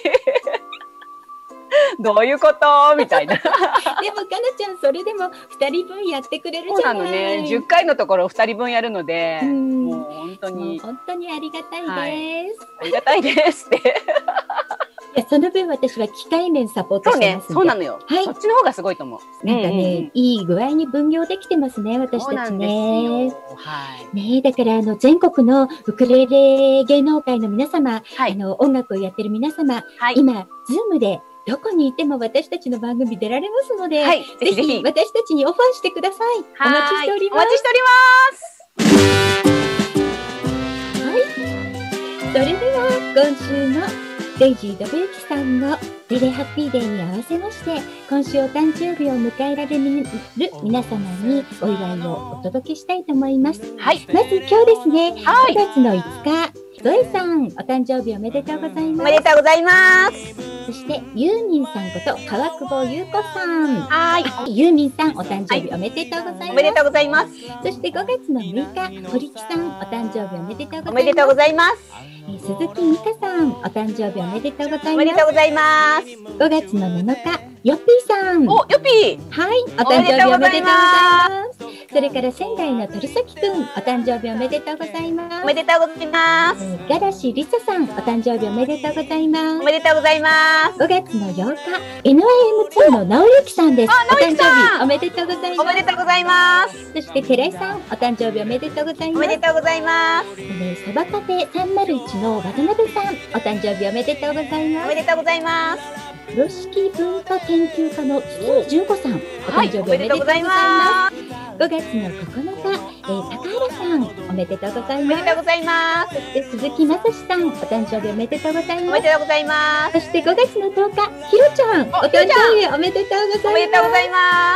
どういうことみたいな。でもかなちゃんそれでもふたりぶんやってくれるじゃない。そうなのね。 じゅっかいのところふたりぶんやるので、もう本当に本当にありがたいです。はい、 ありがたいですって。 いやその分私は機械面サポートしてますんで。 そうね、そうなのよ。はい、そっちの方がすごいと思う。 なんかね、うんうん、いい具合に分業できてますね私たちね。はい。ねだからあの全国のウクレレ芸能界の皆様、はい、あの音楽をやってる皆様、はい、今ズームでどこにいても私たちの番組出られますので、はい、ぜひぜひ私たちにオファーしてください。お待ちしております。 お待ちしております。はい。それでは今週のデイジー・ドブユキさんのデレハッピーデーに合わせまして、今週お誕生日を迎えられる皆様にお祝いをお届けしたいと思います。はい。まず今日ですね、はい、ごがつのいつか、ゾエさん、お誕生日おめでとうございます。 おめでとうございます。 そして、ユーミンさんこと川久保優子さん。はい。ユーミンさん、お誕生日おめでとうございます。おめでとうございます。 そしてごがつのむいか、堀木さん、お誕生日おめでとうございます。 おめでとうございます。 鈴木美香さん、お誕生日おめでとうございます。おめでとうございます。 ごがつのなのか、よっぴーさん。 お、よっぴー。 はい、お誕生日おめでとうございます。それから仙台の鳥崎くん、お誕生日おめでとうございます。 おめでとうございます。 ガラシリサさん、お誕生日おめでとうございます。 おめでとうございます。 ごがつのようか、エヌアイエムツー の直之さんです。 お誕生日おめでとうございます。 おめでとうございます。 そして寺井さん、お誕生日おめでとうございます。 おめでとうございます。 サバカフェさんまるいちの渡辺さん、お誕生日おめでとうございます。 おめでとうございます。 風呂敷文化研究家の堤純子さん、お誕生日おめでとうございます。ごがつのここのか、えー、高原さん、おめでとうございます。 おめでとうございます。 そして鈴木雅史さん、お誕生日おめでとうございます。 おめでとうございます。 そしてごがつのとおか、ひろちゃん、お誕生日おめでとうございます。 おめでとうございます。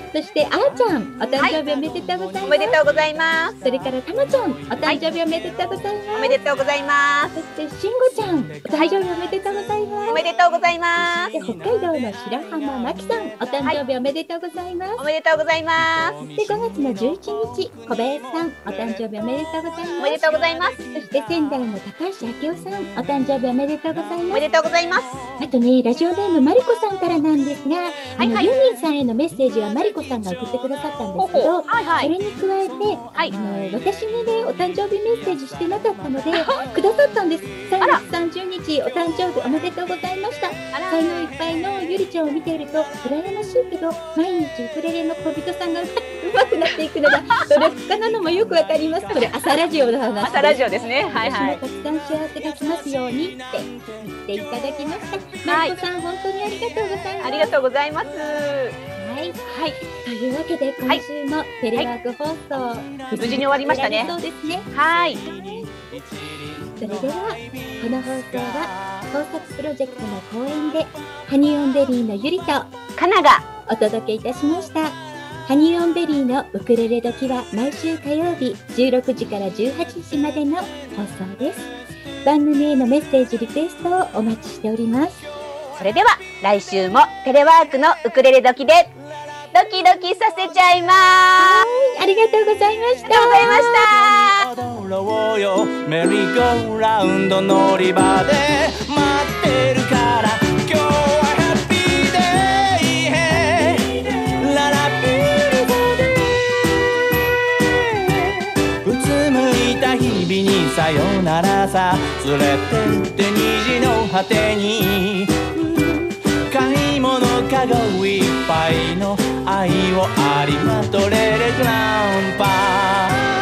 そしてあーちゃん、お誕生日おめでとうございます。 おめでとうございます。 それからたまちゃん、お誕生日おめでとうございます。 おめでとうございます。 そしてしんごちゃん、お誕生日おめでとうございます。 おめでとうございます。 で北海道の白浜まきさん、お誕生日おめでとうございます。 おめでとうございます。 でごがつのじゅういちにち、小林さん、お誕生日おめでとうございます。 おめでとうございます。 そして仙台の高橋明夫さん、お誕生日おめでとうございます。 おめでとうございます。 あとね、ラジオネームまりこさんからなんですが、あの、ユミンさんへのメッセージはまりこさんが送ってくださったんですけど、それに加えて、あの、私にね、お誕生日メッセージしてなかったので、くださったんです。さんがつさんじゅうにち、お誕生日おめでとうございました。才能いっぱいのゆりちゃんを見ていると、羨ましいけど、毎日ウクレレの小人さんがうまくなっていくのが、努力家なのもよくわかります。これ、朝ラジオの話。 朝ラジオですね。はいはい。 私もたくさん幸せが来ますようにって言っていただきました。まりこさん、本当にありがとうございます。 ありがとうございます。 はい、はい、というわけで今週もテレワーク放送、はい、 無事に終わりましたね。 そうですね。 はい。 それではこの放送は工作プロジェクトの公演でハニオンベリーのゆりとかながお届けいたしました。ハニオンベリーのウクレレ時は毎週火曜日じゅうろくじからじゅうはちじまでの放送です。番組へのメッセージリクエストをお待ちしております。 それでは来週もテレワークのウクレレ時でドキドキさせちゃいます。 はい、ありがとうございました。 ありがとうございました。 踊ろうよメリーゴーラウンド乗り場で待ってるから今日はハッピーデイララビューティフルデイうつむいた日々にさよならさ連れてって虹の果てに買い物かごいっぱいの愛をありまとれるグランパ